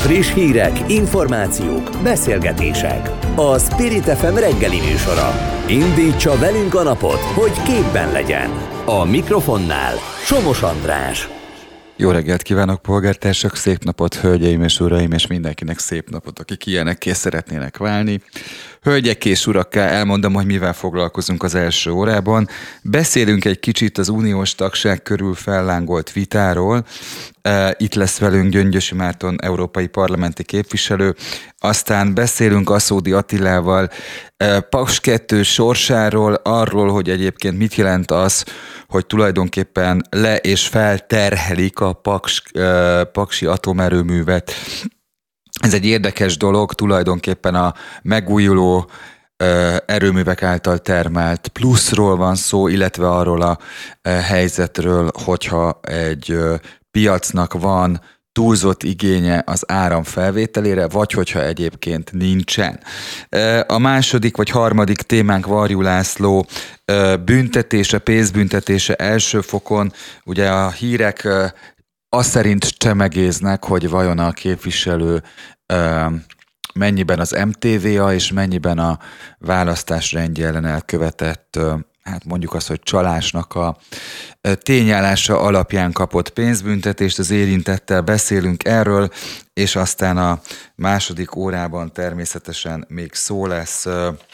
Friss hírek, információk, beszélgetések. A Spirit FM reggeli műsora. Indítsa velünk a napot, hogy képben legyen. A mikrofonnál Somos András. Jó reggelt kívánok, polgártársak, szép napot, hölgyeim és uraim, és mindenkinek szép napot, akik ilyenekké szeretnének válni. Hölgyek és urakká, elmondom, hogy mivel foglalkozunk az első órában. Beszélünk egy kicsit az uniós tagság körül fellángolt vitáról. Itt lesz velünk Gyöngyösi Márton, európai parlamenti képviselő. Aztán beszélünk Aszódi Attilával Paks 2 sorsáról, arról, hogy egyébként mit jelent az, hogy tulajdonképpen le- és felterhelik a paksi atomerőművet. Ez egy érdekes dolog, tulajdonképpen a megújuló erőművek által termelt pluszról van szó, illetve arról a helyzetről, hogyha egy piacnak van túlzott igénye az áram felvételére, vagy hogyha egyébként nincsen. A második vagy harmadik témánk Varjú László büntetése, pénzbüntetése első fokon. Ugye a hírek azt szerint csemegéznek, hogy vajon a képviselő mennyiben az MTVA és mennyiben a választásrendje ellen elkövetett, hát mondjuk azt, hogy csalásnak a tényállása alapján kapott pénzbüntetést. Az érintettel beszélünk erről, és aztán a második órában természetesen még szó lesz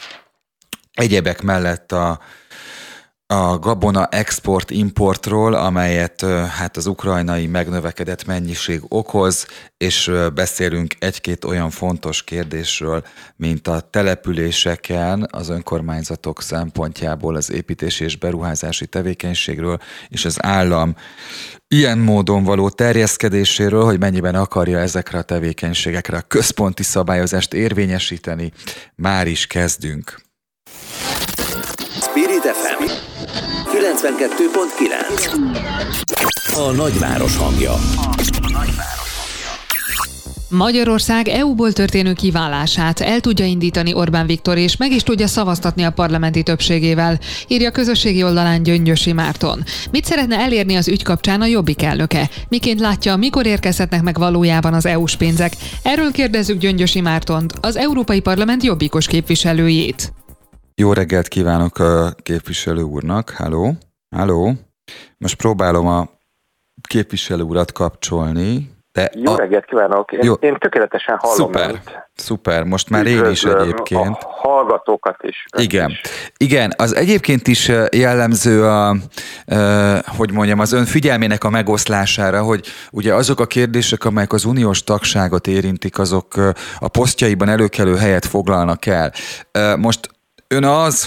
egyebek mellett a gabona export-importról, amelyet hát az ukrajnai megnövekedett mennyiség okoz, és beszélünk egy-két olyan fontos kérdésről, mint a településeken, az önkormányzatok szempontjából az építési és beruházási tevékenységről, és az állam ilyen módon való terjeszkedéséről, hogy mennyiben akarja ezekre a tevékenységekre a központi szabályozást érvényesíteni. Már is kezdünk. Spirit FM 92.9. A nagyváros hangja. Magyarország EU-ból történő kiválását el tudja indítani Orbán Viktor, és meg is tudja szavaztatni a parlamenti többségével, írja a közösségi oldalán Gyöngyösi Márton. Mit szeretne elérni az ügy kapcsán a Jobbik elnöke? Miként látja, mikor érkezhetnek meg valójában az EU-s pénzek? Erről kérdezzük Gyöngyösi Mártont, az Európai Parlament jobbikos képviselőjét. Jó reggelt kívánok a képviselő úrnak. Halló? Halló? Most próbálom a képviselő urat kapcsolni. De Jó reggelt kívánok! Én tökéletesen hallom. Szuper. Most már én is egyébként. A hallgatókat is. Igen, az egyébként is jellemző az ön figyelmének a megoszlására, hogy ugye azok a kérdések, amelyek az uniós tagságot érintik, azok a posztjaiban előkelő helyet foglalnak el. Most ön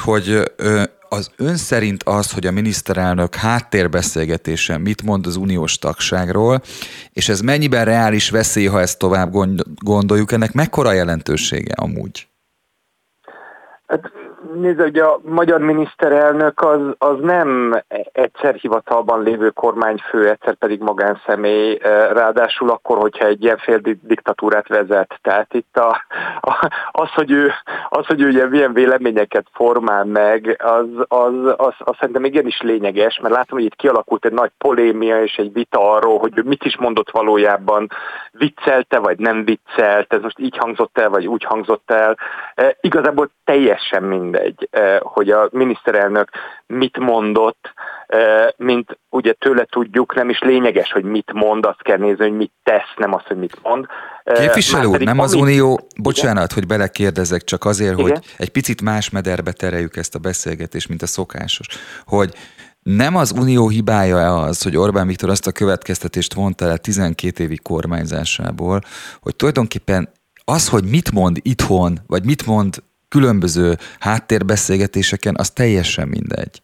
szerint az, hogy a miniszterelnök háttérbeszélgetésen mit mond az uniós tagságról, és ez mennyiben reális veszély, ha ezt tovább gondoljuk, ennek mekkora jelentősége amúgy? Hát, nézd, hogy a magyar miniszterelnök az nem egyszer hivatalban lévő kormányfő, egyszer pedig magánszemély, ráadásul akkor, hogyha egy ilyen fél diktatúrát vezet. Tehát itt az, hogy ő ugye milyen véleményeket formál meg, az szerintem igenis lényeges, mert látom, hogy itt kialakult egy nagy polémia és egy vita arról, hogy ő mit is mondott valójában, viccelte vagy nem viccelt, ez most így hangzott el, vagy úgy hangzott el. Igazából teljesen mindegy, hogy a miniszterelnök mit mondott, mint ugye tőle tudjuk, nem is lényeges, hogy mit mond, azt kell nézni, hogy mit tesz, nem azt, hogy mit mond. Képviselő úr, nem az Unió, bocsánat, hogy belekérdezek, csak azért, igen? Hogy egy picit más mederbe tereljük ezt a beszélgetést, mint a szokásos, hogy nem az Unió hibája az, hogy Orbán Viktor azt a következtetést vonta el 12 évi kormányzásából, hogy tulajdonképpen az, hogy mit mond itthon, vagy mit mond különböző háttérbeszélgetéseken, az teljesen mindegy.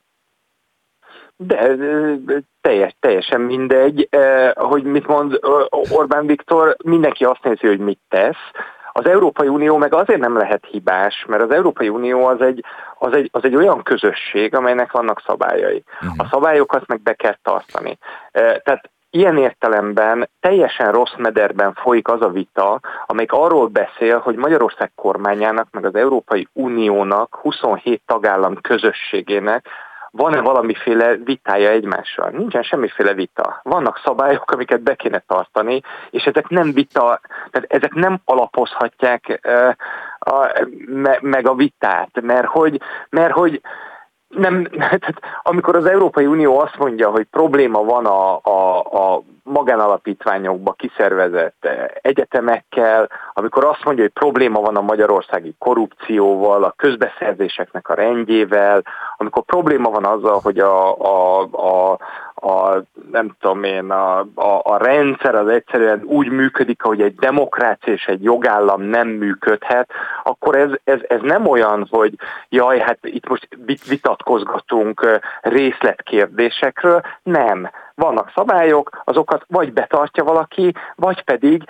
De teljesen mindegy, hogy mit mond Orbán Viktor, mindenki azt nézi, hogy mit tesz. Az Európai Unió meg azért nem lehet hibás, mert az Európai Unió az egy olyan közösség, amelynek vannak szabályai. A szabályokat meg be kell tartani. Tehát ilyen értelemben teljesen rossz mederben folyik az a vita, amelyik arról beszél, hogy Magyarország kormányának, meg az Európai Uniónak, 27 tagállam közösségének van-e valamiféle vitája egymással? Nincsen semmiféle vita. Vannak szabályok, amiket be kéne tartani, és ezek nem vita, tehát ezek nem alapozhatják meg a vitát, mert hogy nem, tehát amikor az Európai Unió azt mondja, hogy probléma van a magánalapítványokba kiszervezett egyetemekkel, amikor azt mondja, hogy probléma van a magyarországi korrupcióval, a közbeszerzéseknek a rendjével, amikor probléma van azzal, hogy nem tudom én, a rendszer az egyszerűen úgy működik, ahogy egy demokrácia és egy jogállam nem működhet, akkor ez nem olyan, hogy jaj, hát itt most vitatkozgatunk részletkérdésekről, nem. Vannak szabályok, azokat vagy betartja valaki, vagy pedig,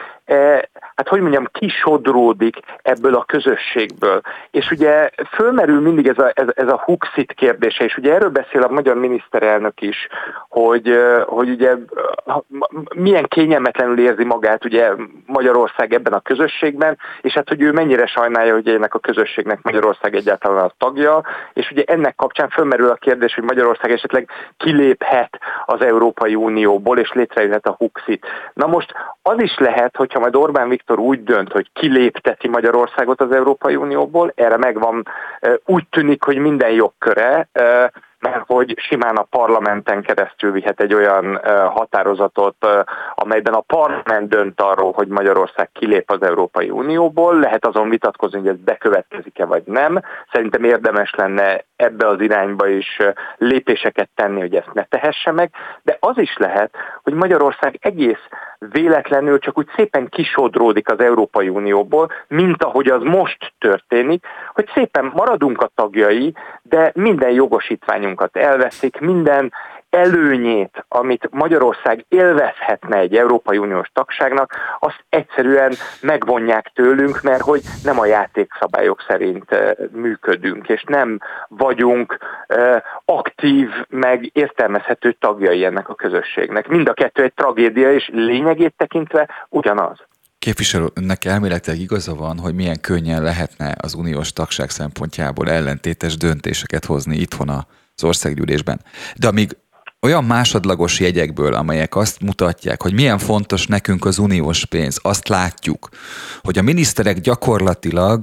kisodródik ebből a közösségből. És ugye fölmerül mindig ez a Huxit kérdése, és ugye erről beszél a magyar miniszterelnök is, hogy ugye milyen kényelmetlenül érzi magát ugye Magyarország ebben a közösségben, és hát hogy ő mennyire sajnálja, hogy ennek a közösségnek Magyarország egyáltalán a tagja, és ugye ennek kapcsán fölmerül a kérdés, hogy Magyarország esetleg kiléphet az Európai Unióból, és létrejöhet a Huxit. Na most az is lehet, hogyha majd Orbán Viktor úgy dönt, hogy kilépteti Magyarországot az Európai Unióból, erre megvan, úgy tűnik, hogy minden jogköre, mert hogy simán a parlamenten keresztül vihet egy olyan határozatot, amelyben a parlament dönt arról, hogy Magyarország kilép az Európai Unióból. Lehet azon vitatkozni, hogy ez bekövetkezik-e vagy nem. Szerintem érdemes lenne ebbe az irányba is lépéseket tenni, hogy ezt ne tehesse meg. De az is lehet, hogy Magyarország egész véletlenül csak úgy szépen kisodródik az Európai Unióból, mint ahogy az most történik, hogy szépen maradunk a tagjai, de minden jogosítványunkat elveszik, minden előnyét, amit Magyarország élvezhetne egy Európai Uniós tagságnak, azt egyszerűen megvonják tőlünk, mert hogy nem a játékszabályok szerint működünk, és nem vagyunk aktív, meg értelmezhető tagjai ennek a közösségnek. Mind a kettő egy tragédia, és lényegét tekintve ugyanaz. Képviselő, önnek elméletileg igaza van, hogy milyen könnyen lehetne az uniós tagság szempontjából ellentétes döntéseket hozni itthon az országgyűlésben. De amíg olyan másodlagos jegyekből, amelyek azt mutatják, hogy milyen fontos nekünk az uniós pénz, azt látjuk, hogy a miniszterek gyakorlatilag,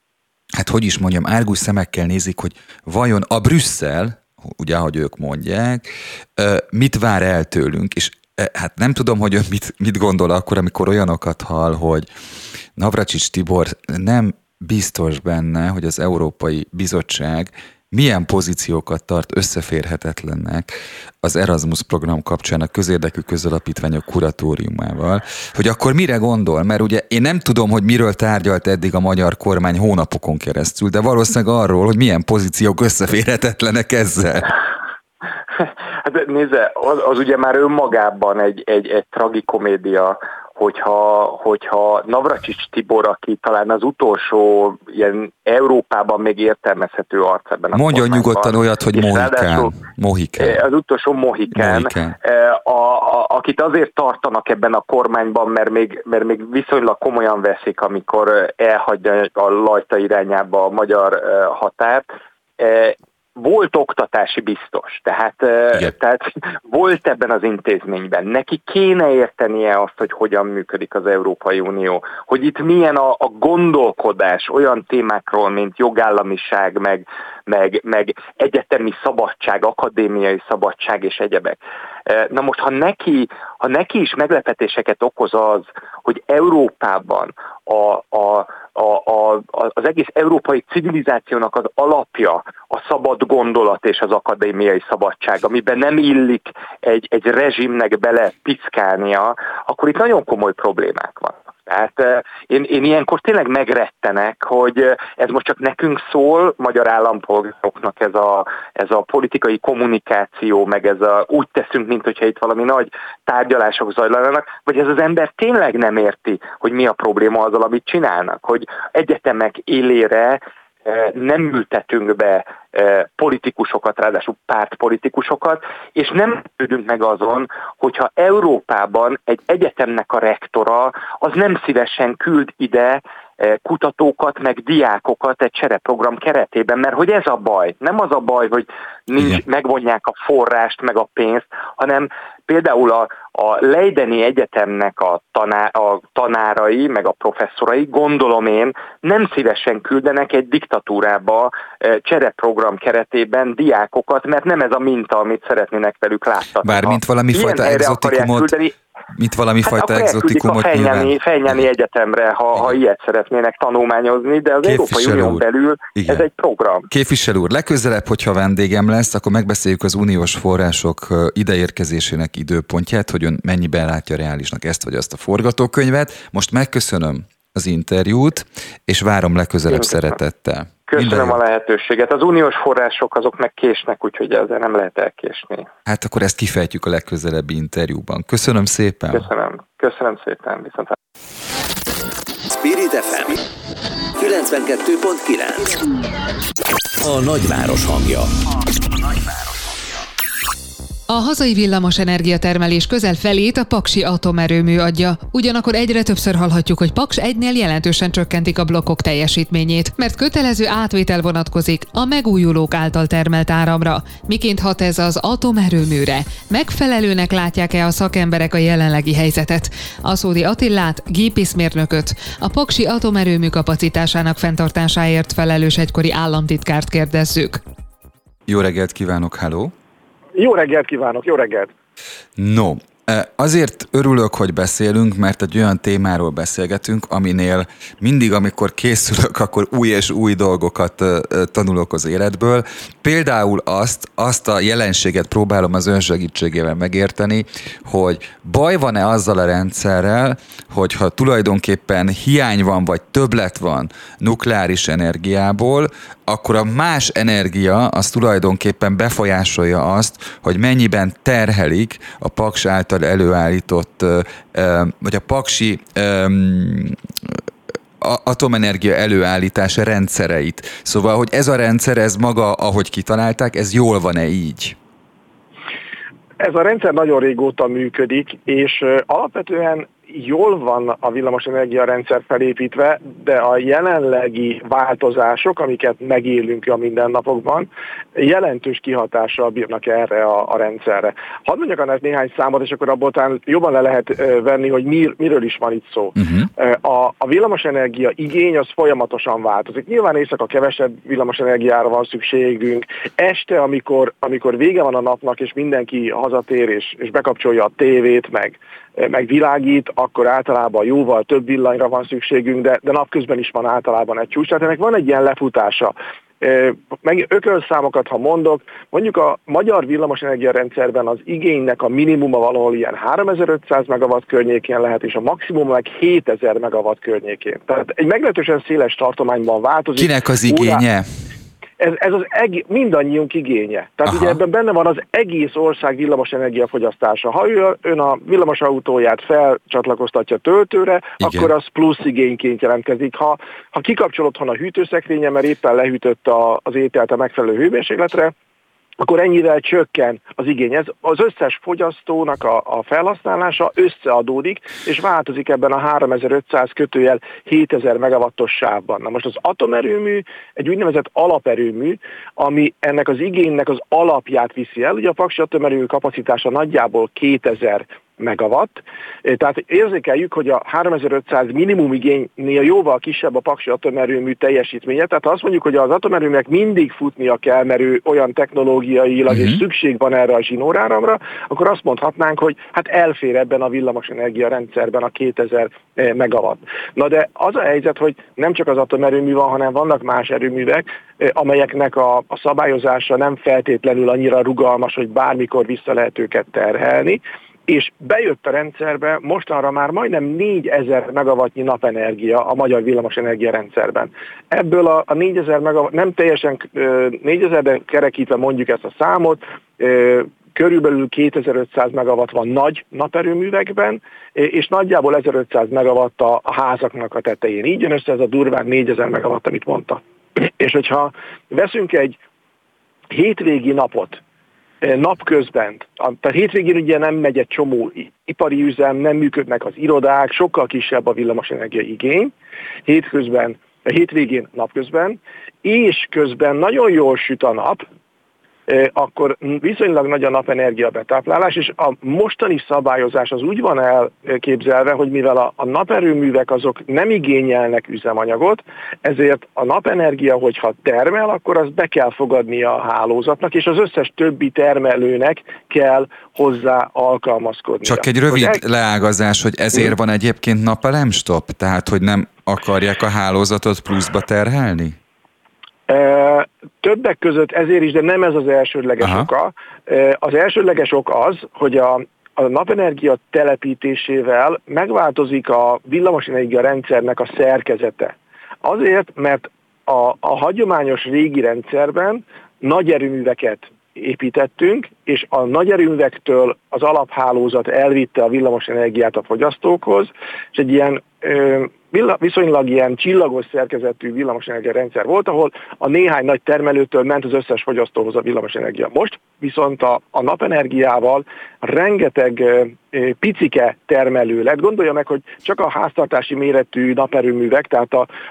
árgus szemekkel nézik, hogy vajon a Brüsszel, ugye, ahogy ők mondják, mit vár el tőlünk, és hát nem tudom, hogy ön mit gondol akkor, amikor olyanokat hall, hogy Navracsics Tibor nem biztos benne, hogy az Európai Bizottság milyen pozíciókat tart összeférhetetlennek az Erasmus program kapcsán a közérdekű közalapítványok kuratóriumával, hogy akkor mire gondol? Mert ugye én nem tudom, hogy miről tárgyalt eddig a magyar kormány hónapokon keresztül, de valószínűleg arról, hogy milyen pozíciók összeférhetetlenek ezzel. Hát nézze, az ugye már önmagában egy tragikomédia, hogyha Navracsics Tibor, aki talán az utolsó ilyen Európában még értelmezhető arc ebben a mondjon nyugodtan olyat, hogy Mohikán. Az utolsó Mohikán. Akit azért tartanak ebben a kormányban, mert még viszonylag komolyan veszik, amikor elhagyja a Lajta irányába a magyar határt. Volt oktatási biztos, tehát volt ebben az intézményben. Neki kéne értenie azt, hogy hogyan működik az Európai Unió, hogy itt milyen a gondolkodás olyan témákról, mint jogállamiság, meg egyetemi szabadság, akadémiai szabadság és egyebek. Na most, ha neki is meglepetéseket okoz az, hogy Európában az egész európai civilizációnak az alapja a szabad gondolat és az akadémiai szabadság, amiben nem illik egy rezsimnek bele piszkálnia, akkor itt nagyon komoly problémák vannak. Tehát én ilyenkor tényleg megrettenek, hogy ez most csak nekünk szól, magyar állampolgároknak ez a politikai kommunikáció, meg úgy teszünk, mint hogyha itt valami nagy tárgyalások zajlanának, vagy ez az ember tényleg nem érti, hogy mi a probléma azzal, amit csinálnak, hogy egyetemek élére nem ültetünk be politikusokat, ráadásul pártpolitikusokat, és nem tűnünk meg azon, hogyha Európában egy egyetemnek a rektora az nem szívesen küld ide kutatókat, meg diákokat egy csereprogram keretében, mert hogy ez a baj. Nem az a baj, hogy megvonják a forrást, meg a pénzt, hanem például a Leideni Egyetemnek a tanárai, meg a professzorai, gondolom én, nem szívesen küldenek egy diktatúrába csereprogram keretében diákokat, mert nem ez a minta, amit szeretnének velük láttatni. Bármint valami fajta exotikumot, a Fejnyáni Egyetemre, ha ilyet szeretnének tanulmányozni, de az Európai Unión belül ez egy program. Képviselő úr, legközelebb, hogyha vendégem lesz, akkor megbeszéljük az uniós források ideérkezésének időpontját, hogy ön mennyiben látja reálisnak ezt vagy azt a forgatókönyvet. Most megköszönöm az interjút, és várom legközelebb szeretettel. Köszönöm a lehetőséget. Az uniós források azok meg késnek, úgyhogy ezzel nem lehet elkésni. Hát akkor ezt kifejtjük a legközelebbi interjúban. Köszönöm szépen. Köszönöm szépen. Viszont Spirit FM 92.9 A nagyváros hangja. A hazai villamos energiatermelés közel felét a paksi atomerőmű adja. Ugyanakkor egyre többször hallhatjuk, hogy Paks 1-nél jelentősen csökkentik a blokkok teljesítményét, mert kötelező átvétel vonatkozik a megújulók által termelt áramra. Miként hat ez az atomerőműre? Megfelelőnek látják-e a szakemberek a jelenlegi helyzetet? Aszódi Attillát, gépészmérnököt, a paksi atomerőmű kapacitásának fenntartásáért felelős egykori államtitkárt kérdezzük. Jó reggelt kívánok, halló! Jó reggelt kívánok, jó reggelt! No, azért örülök, hogy beszélünk, mert egy olyan témáról beszélgetünk, aminél mindig, amikor készülök, akkor új és új dolgokat tanulok az életből. Például azt a jelenséget próbálom az ön segítségével megérteni, hogy baj van-e azzal a rendszerrel, hogyha tulajdonképpen hiány van, vagy többlet van nukleáris energiából, akkor a más energia az tulajdonképpen befolyásolja azt, hogy mennyiben terhelik a Paks által előállított, vagy a paksi atomenergia előállítása rendszereit. Szóval, hogy ez a rendszer, ez maga, ahogy kitalálták, ez jól van-e így? Ez a rendszer nagyon régóta működik, és alapvetően jól van a villamosenergia rendszer felépítve, de a jelenlegi változások, amiket megélünk a mindennapokban, jelentős kihatással bírnak erre a rendszerre. Hadd mondjak annak néhány számot, és akkor abból talán jobban le lehet venni, hogy miről is van itt szó. A villamosenergia igény az folyamatosan változik. Nyilván éjszaka kevesebb villamosenergiára van szükségünk. Este, amikor vége van a napnak, és mindenki hazatér, és bekapcsolja a tévét, meg világít, akkor általában jóval több villanyra van szükségünk, de napközben is van általában egy csúcs. Tehát ennek van egy ilyen lefutása. Meg ökölszámokat, ha mondjuk a magyar villamosenergia rendszerben az igénynek a minimuma valahol ilyen 3500 megawatt környékén lehet, és a maximum meg 7000 megawatt környékén. Tehát egy meglehetősen széles tartományban változik. Kinek az igénye? Ez az mindannyiunk igénye. Tehát ugye ebben benne van az egész ország villamosenergia fogyasztása. Ha ön a villamosautóját felcsatlakoztatja töltőre, akkor az plusz igényként jelentkezik. Ha kikapcsol otthon a hűtőszekrénye, mert éppen lehűtött az ételt a megfelelő hőmérsékletre, akkor ennyivel csökken az igény. Ez az összes fogyasztónak a felhasználása összeadódik, és változik ebben a 3500-7000 megawattos sávban. Na most az atomerőmű egy úgynevezett alaperőmű, ami ennek az igénynek az alapját viszi el. Ugye a paksi atomerőmű kapacitása nagyjából 2000 megawatt, tehát érzékeljük, hogy a 3500 minimum igénynél jóval kisebb a paksi atomerőmű teljesítménye, tehát ha azt mondjuk, hogy az atomerőműnek mindig futnia kell, mert ő olyan technológiailag és szükség van erre a zsinóráramra, akkor azt mondhatnánk, hogy hát elfér ebben a villamosenergia rendszerben a 2000 megawatt. Na de az a helyzet, hogy nem csak az atomerőmű van, hanem vannak más erőművek, amelyeknek a szabályozása nem feltétlenül annyira rugalmas, hogy bármikor vissza lehet őket terhelni, és bejött a rendszerbe mostanra már majdnem 4000 megawattnyi napenergia a magyar villamosenergia rendszerben. Ebből a 4000 megawatt, nem teljesen 4000, de kerekítve mondjuk ezt a számot, körülbelül 2500 megawatt van nagy naperőművekben, és nagyjából 1500 megawatt a házaknak a tetején. Így jön össze ez a durván 4000 megawatt, amit mondta. És hogyha veszünk egy hétvégi napot, napközben, tehát hétvégén ugye nem megy egy csomó ipari üzem, nem működnek az irodák, sokkal kisebb a villamosenergia igény, hétvégén napközben, és közben nagyon jól süt a nap, akkor viszonylag nagy a napenergia betáplálás, és a mostani szabályozás az úgy van elképzelve, hogy mivel a naperőművek azok nem igényelnek üzemanyagot, ezért a napenergia, hogyha termel, akkor azt be kell fogadnia a hálózatnak, és az összes többi termelőnek kell hozzá alkalmazkodnia. Csak egy rövid leágazás, hogy ezért van egyébként napelemstop? Tehát, hogy nem akarják a hálózatot pluszba terhelni? Többek között ezért is, de nem ez az elsődleges oka. Az elsődleges ok az, hogy a napenergia telepítésével megváltozik a villamosenergia rendszernek a szerkezete. Azért, mert a hagyományos régi rendszerben nagy erőműveket építettünk, és a nagy erőművektől az alaphálózat elvitte a villamosenergiát a fogyasztókhoz, és egy ilyen viszonylag ilyen csillagos szerkezetű villamosenergia rendszer volt, ahol a néhány nagy termelőtől ment az összes fogyasztóhoz a villamosenergia. Most viszont a napenergiával rengeteg picike termelő lett. Gondolja meg, hogy csak a háztartási méretű naperőművek, tehát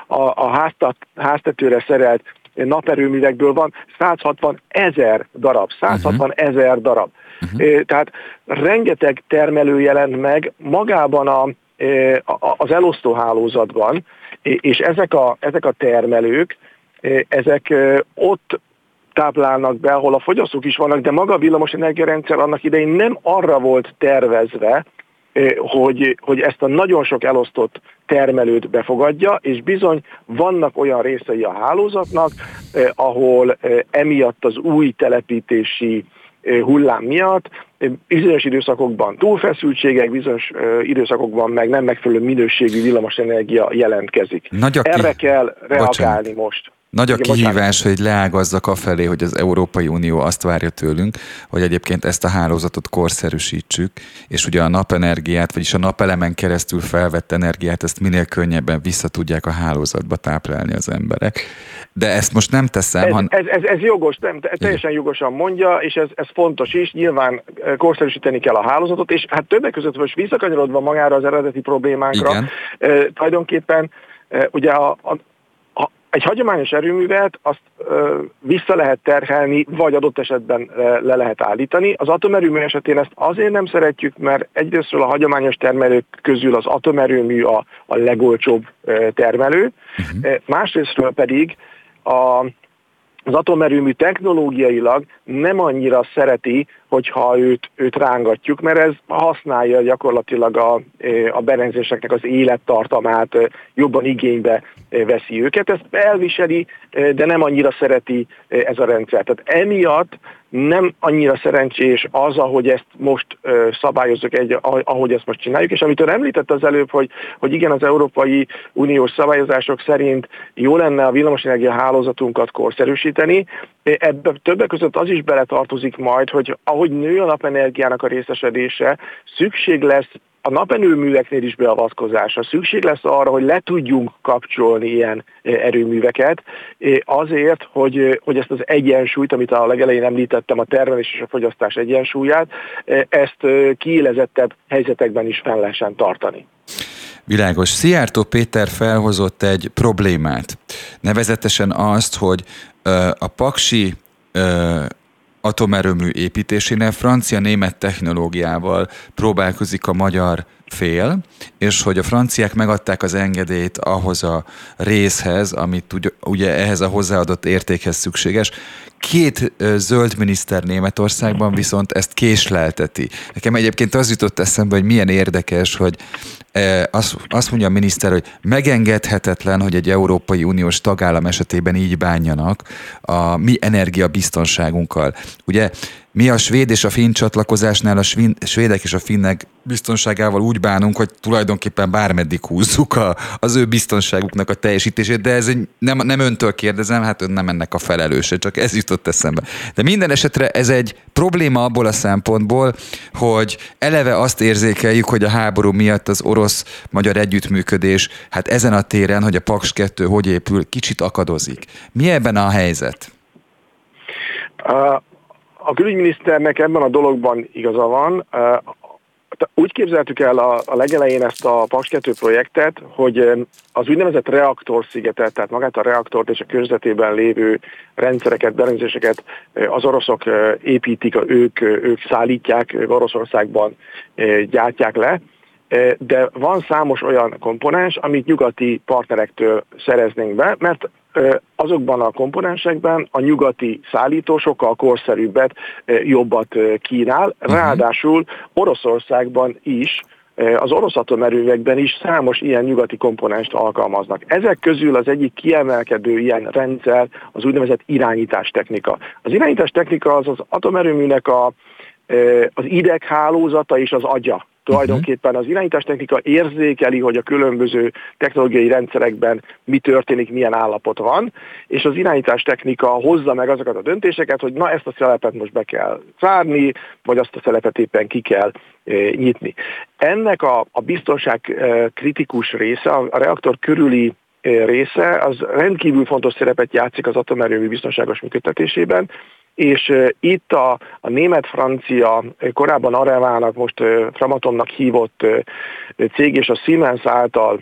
a háztetőre szerelt naperőművekből van 160 000 darab. 160 000 darab. Tehát rengeteg termelő jelent meg magában az elosztóhálózatban, és ezek a termelők, ezek ott táplálnak be, ahol a fogyasztók is vannak, de maga a villamosenergia rendszer annak idején nem arra volt tervezve, hogy ezt a nagyon sok elosztott termelőt befogadja, és bizony vannak olyan részei a hálózatnak, ahol emiatt az új telepítési hullám miatt bizonyos időszakokban túlfeszültségek, bizonyos időszakokban meg nem megfelelő minőségű villamosenergia jelentkezik. Erre kell reagálni most. Nagy a kihívás, hogy leágazzak afelé, hogy az Európai Unió azt várja tőlünk, hogy egyébként ezt a hálózatot korszerűsítsük, és ugye a napenergiát, vagyis a napelemen keresztül felvett energiát, ezt minél könnyebben vissza tudják a hálózatba táplálni az emberek. De ezt most nem teszem, Ez jogos, teljesen jogosan mondja, és ez fontos is, nyilván korszerűsíteni kell a hálózatot, és hát többek között most visszakanyarodva magára az eredeti problémánkra, tulajdonképpen ugye egy hagyományos erőművet azt vissza lehet terhelni, vagy adott esetben le lehet állítani. Az atomerőmű esetén ezt azért nem szeretjük, mert egyrésztről a hagyományos termelők közül az atomerőmű a legolcsóbb termelő, másrésztről pedig az atomerőmű technológiailag nem annyira szereti, hogyha őt rángatjuk, mert ez használja gyakorlatilag a berendezéseknek az élettartamát, jobban igénybe veszi őket. Ezt elviseli, de nem annyira szereti ez a rendszer. Tehát emiatt nem annyira szerencsés az, ahogy ezt most szabályozzuk, ahogy ezt most csináljuk, és amit ön említett az előbb, hogy igen, az Európai Uniós szabályozások szerint jó lenne a villamosenergia hálózatunkat korszerűsíteni. Ebben többek között az is beletartozik majd, hogy ahogy nő a napenergiának a részesedése, szükség lesz a naperőműveknél is beavatkozásra, szükség lesz arra, hogy le tudjunk kapcsolni ilyen erőműveket, azért, hogy ezt az egyensúlyt, amit a legelején említettem, a termelés és a fogyasztás egyensúlyát, ezt kiélezettebb helyzetekben is fenn lehessen tartani. Világos. Szijjártó Péter felhozott egy problémát. Nevezetesen azt, hogy a paksi atomerőmű építésénél francia-német technológiával próbálkozik a magyar fél, és hogy a franciák megadták az engedélyt ahhoz a részhez, amit ugye ehhez a hozzáadott értékhez szükséges. Két zöld miniszter Németországban viszont ezt késlelteti. Nekem egyébként az jutott eszembe, hogy milyen érdekes, hogy azt mondja a miniszter, hogy megengedhetetlen, hogy egy Európai Uniós tagállam esetében így bánjanak a mi energiabiztonságunkkal. Ugye mi a svéd és a finn csatlakozásnál a svédek és a finnek biztonságával úgy bánunk, hogy tulajdonképpen bármeddig húzzuk az ő biztonságuknak a teljesítését, de ez nem öntől kérdezem, hát ön nem ennek a felelőse, csak ez jutott eszembe. De minden esetre ez egy probléma abból a szempontból, hogy eleve azt érzékeljük, hogy a háború miatt az orosz-magyar együttműködés, hát ezen a téren, hogy a Paks 2 hogy épül, kicsit akadozik. Mi ebben a helyzet? A külügyminiszternek ebben a dologban igaza van. Úgy képzeltük el a legelején ezt a Paks 2 projektet, hogy az úgynevezett reaktorszigetet, tehát magát a reaktort és a körzetében lévő rendszereket, berendezéseket az oroszok építik, ők szállítják, Oroszországban gyártják le, de van számos olyan komponens, amit nyugati partnerektől szereznénk be, mert azokban a komponensekben a nyugati szállító sokkal korszerűbbet, jobbat kínál. Ráadásul Oroszországban is, az orosz atomerőművekben is számos ilyen nyugati komponenst alkalmaznak. Ezek közül az egyik kiemelkedő ilyen rendszer az úgynevezett irányítástechnika. Az irányítástechnika az atomerőműnek az ideghálózata és az agya. Tulajdonképpen az irányítástechnika érzékeli, hogy a különböző technológiai rendszerekben mi történik, milyen állapot van, és az irányítástechnika hozza meg azokat a döntéseket, hogy na ezt a szelepet most be kell zárni, vagy azt a szelepet éppen ki kell nyitni. Ennek a biztonság kritikus része, a reaktor körüli része, az rendkívül fontos szerepet játszik az atomerőmű biztonságos működtetésében, és itt a német-francia, korábban Arevának, most Framatomnak hívott cég és a Siemens által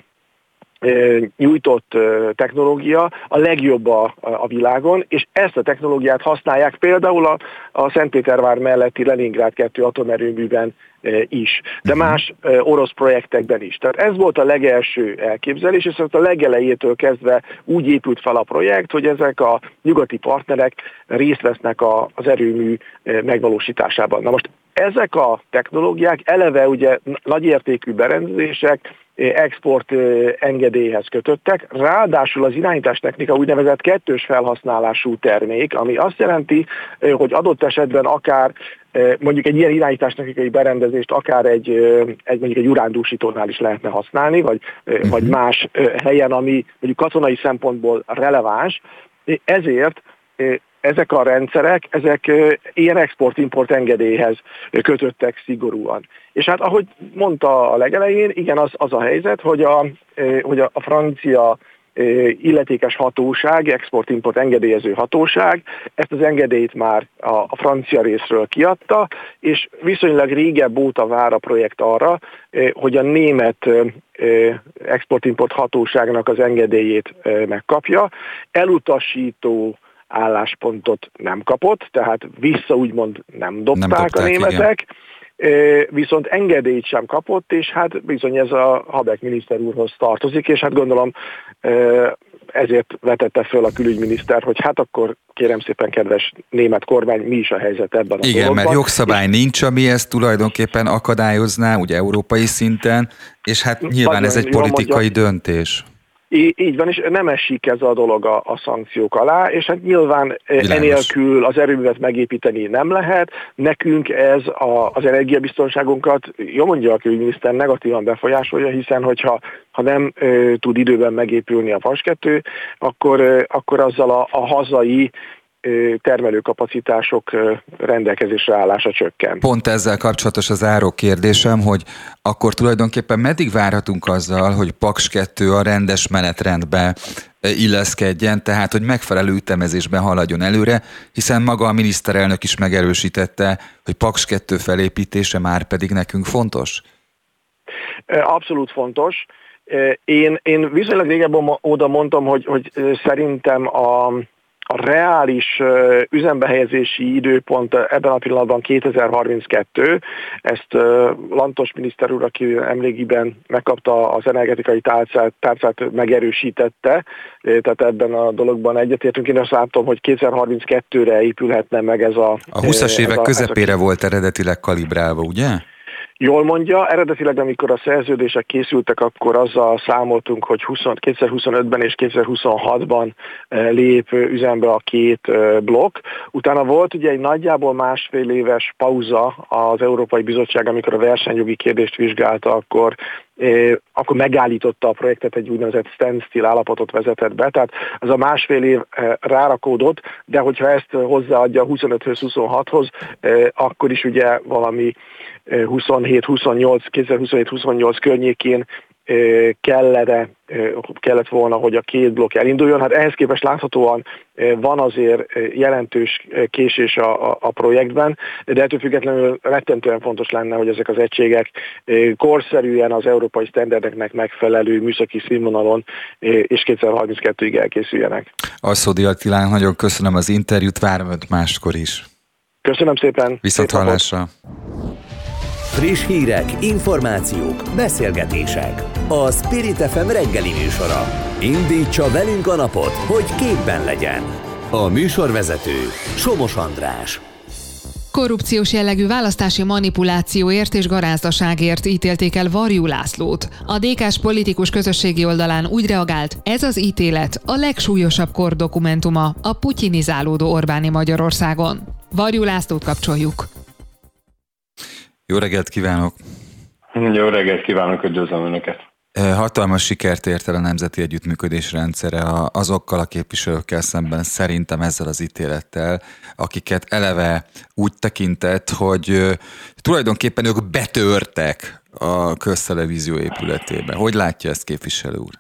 nyújtott technológia a legjobb a világon, és ezt a technológiát használják például a Szentpétervár melletti Leningrád 2 atomerőműben is, de más orosz projektekben is. Tehát ez volt a legelső elképzelés, és a legelejétől kezdve úgy épült fel a projekt, hogy ezek a nyugati partnerek részt vesznek az erőmű megvalósításában. Na most ezek a technológiák eleve ugye nagyértékű berendezések, export engedélyhez kötöttek, ráadásul az irányítástechnika úgynevezett kettős felhasználású termék, ami azt jelenti, hogy adott esetben akár mondjuk egy ilyen irányítástechnikai berendezést akár mondjuk egy urándúsítónál is lehetne használni, vagy más helyen, ami mondjuk katonai szempontból releváns. Ezért ezek a rendszerek, ezek ilyen export-import engedélyhez kötöttek szigorúan. És hát ahogy mondta a legelején, igen, az a helyzet, hogy a francia illetékes hatóság, export-import engedélyező hatóság ezt az engedélyt már a francia részről kiadta, és viszonylag régebb óta vár a projekt arra, hogy a német export-import hatóságnak az engedélyét megkapja. Elutasító álláspontot nem kapott, tehát vissza úgymond nem dobták a németek, viszont engedélyt sem kapott, és hát bizony ez a Habeck miniszter úrhoz tartozik, és hát gondolom ezért vetette föl a külügyminiszter, hogy hát akkor kérem szépen, kedves német kormány, mi is a helyzet ebben a dologban. Mert jogszabály nincs, ami ezt tulajdonképpen akadályozná, ugye európai szinten, és hát nyilván ez egy politikai döntés. Így van, és nem esik ez a dolog a szankciók alá, és hát nyilván enélkül az erőművet megépíteni nem lehet. Nekünk ez az energiabiztonságunkat, jó mondja a külügyminiszter, negatívan befolyásolja, hiszen hogyha nem tud időben megépülni a Paks 2, akkor azzal a hazai termelőkapacitások rendelkezésre állása csökken. Pont ezzel kapcsolatos az záró kérdésem, hogy akkor tulajdonképpen meddig várhatunk azzal, hogy Paks 2 a rendes menetrendbe illeszkedjen, tehát hogy megfelelő ütemezésben haladjon előre, hiszen maga a miniszterelnök is megerősítette, hogy Paks 2 felépítése már pedig nekünk fontos? Abszolút fontos. Én viszonylag régebben oda mondtam, hogy szerintem a reális üzembehelyezési időpont ebben a pillanatban 2032, ezt Lantos miniszter úr, aki emlégiben megkapta az energetikai tárcát megerősítette, tehát ebben a dologban egyetértünk. Én azt látom, hogy 2032-re épülhetne meg ez a... A 20-as évek közepére volt eredetileg kalibrálva, ugye? Jól mondja, eredetileg amikor a szerződések készültek, akkor azzal számoltunk, hogy 2025-ben és 2026-ban lép üzembe a két blokk. Utána volt ugye egy nagyjából másfél éves pauza az Európai Bizottság, amikor a versenyjogi kérdést vizsgálta, akkor megállította a projektet, egy úgynevezett standstill állapotot vezetett be, tehát ez a másfél év rárakódott, de hogyha ezt hozzáadja a 25-26-hoz, akkor is ugye valami 2027-28 környékén kellett volna, hogy a két blokk elinduljon. Hát ehhez képest láthatóan van azért jelentős késés a projektben, de ettől függetlenül rettentően fontos lenne, hogy ezek az egységek korszerűen az európai sztenderdeknek megfelelő műszaki színvonalon és 2032-ig elkészüljenek. Asszódi Attilán, nagyon köszönöm az interjút, várom Önt máskor is. Köszönöm szépen! Viszonthallásra! Friss hírek, információk, beszélgetések. A Spirit FM reggeli műsora. Indítsa velünk a napot, hogy képben legyen. A műsorvezető Somos András. Korrupciós jellegű választási manipulációért és garázdaságért ítélték el Varjú Lászlót. A DK-s politikus közösségi oldalán úgy reagált, ez az ítélet a legsúlyosabb kordokumentuma a putyinizálódó Orbáni Magyarországon. Varjú Lászlót kapcsoljuk. Jó reggelt kívánok! Jó reggelt kívánok, üdvözlöm Önöket! Hatalmas sikert ért el a Nemzeti Együttműködés rendszere azokkal a képviselőkkel szemben, szerintem ezzel az ítélettel, akiket eleve úgy tekintett, hogy tulajdonképpen ők betörtek a köztelevízió épületébe. Hogy látja ezt, képviselő úr?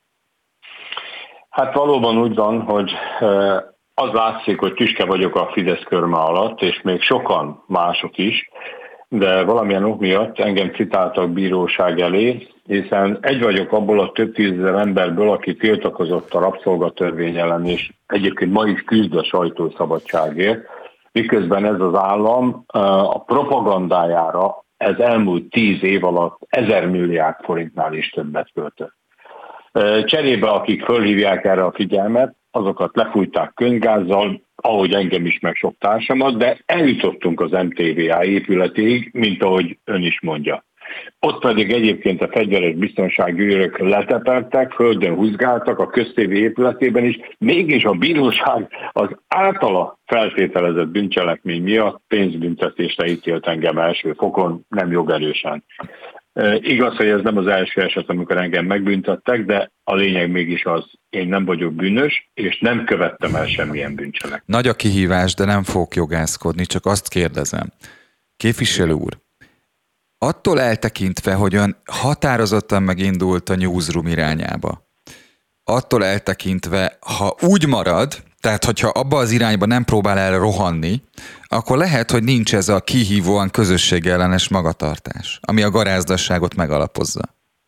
Hát valóban úgy van, hogy az látszik, hogy tüske vagyok a Fidesz körme alatt, és még sokan mások is, de valamilyen ok miatt engem citáltak bíróság elé, hiszen egy vagyok abból a több tízezer emberből, aki tiltakozott a rabszolgatörvény ellen, és egyébként ma is küzd a sajtószabadságért, miközben ez az állam a propagandájára ez elmúlt 10 év alatt 1000 milliárd forintnál is többet költött. Cserébe, akik fölhívják erre a figyelmet, azokat lefújták könyvgázzal, ahogy engem is, meg sok társamat, de eljutottunk az MTVA épületéig, mint ahogy ön is mondja. Ott pedig egyébként a fegyveres biztonsági őrök letepertek, földön húzgáltak a köztévé épületében is, mégis a bíróság az általa feltételezett bűncselekmény miatt pénzbüntetésre ítélt engem első fokon, nem jogerősen. Igaz, hogy ez nem az első eset, amikor engem megbüntettek, de a lényeg mégis az, én nem vagyok bűnös, és nem követtem el semmilyen bűncselekményt. Nagy a kihívás, de nem fogok jogászkodni, csak azt kérdezem. Képviselő úr, attól eltekintve, hogy ön határozottan megindult a newsroom irányába, attól eltekintve, ha úgy marad, tehát hogyha abba az irányba nem próbál el rohanni, akkor lehet, hogy nincs ez a kihívóan közösségellenes magatartás, ami a garázdasságot megalapozza.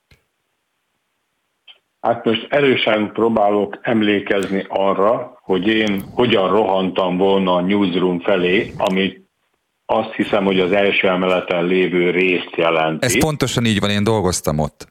Hát most erősen próbálok emlékezni arra, hogy én hogyan rohantam volna a newsroom felé, amit azt hiszem, hogy az első emeleten lévő részt jelenti. Ez pontosan így van, én dolgoztam ott.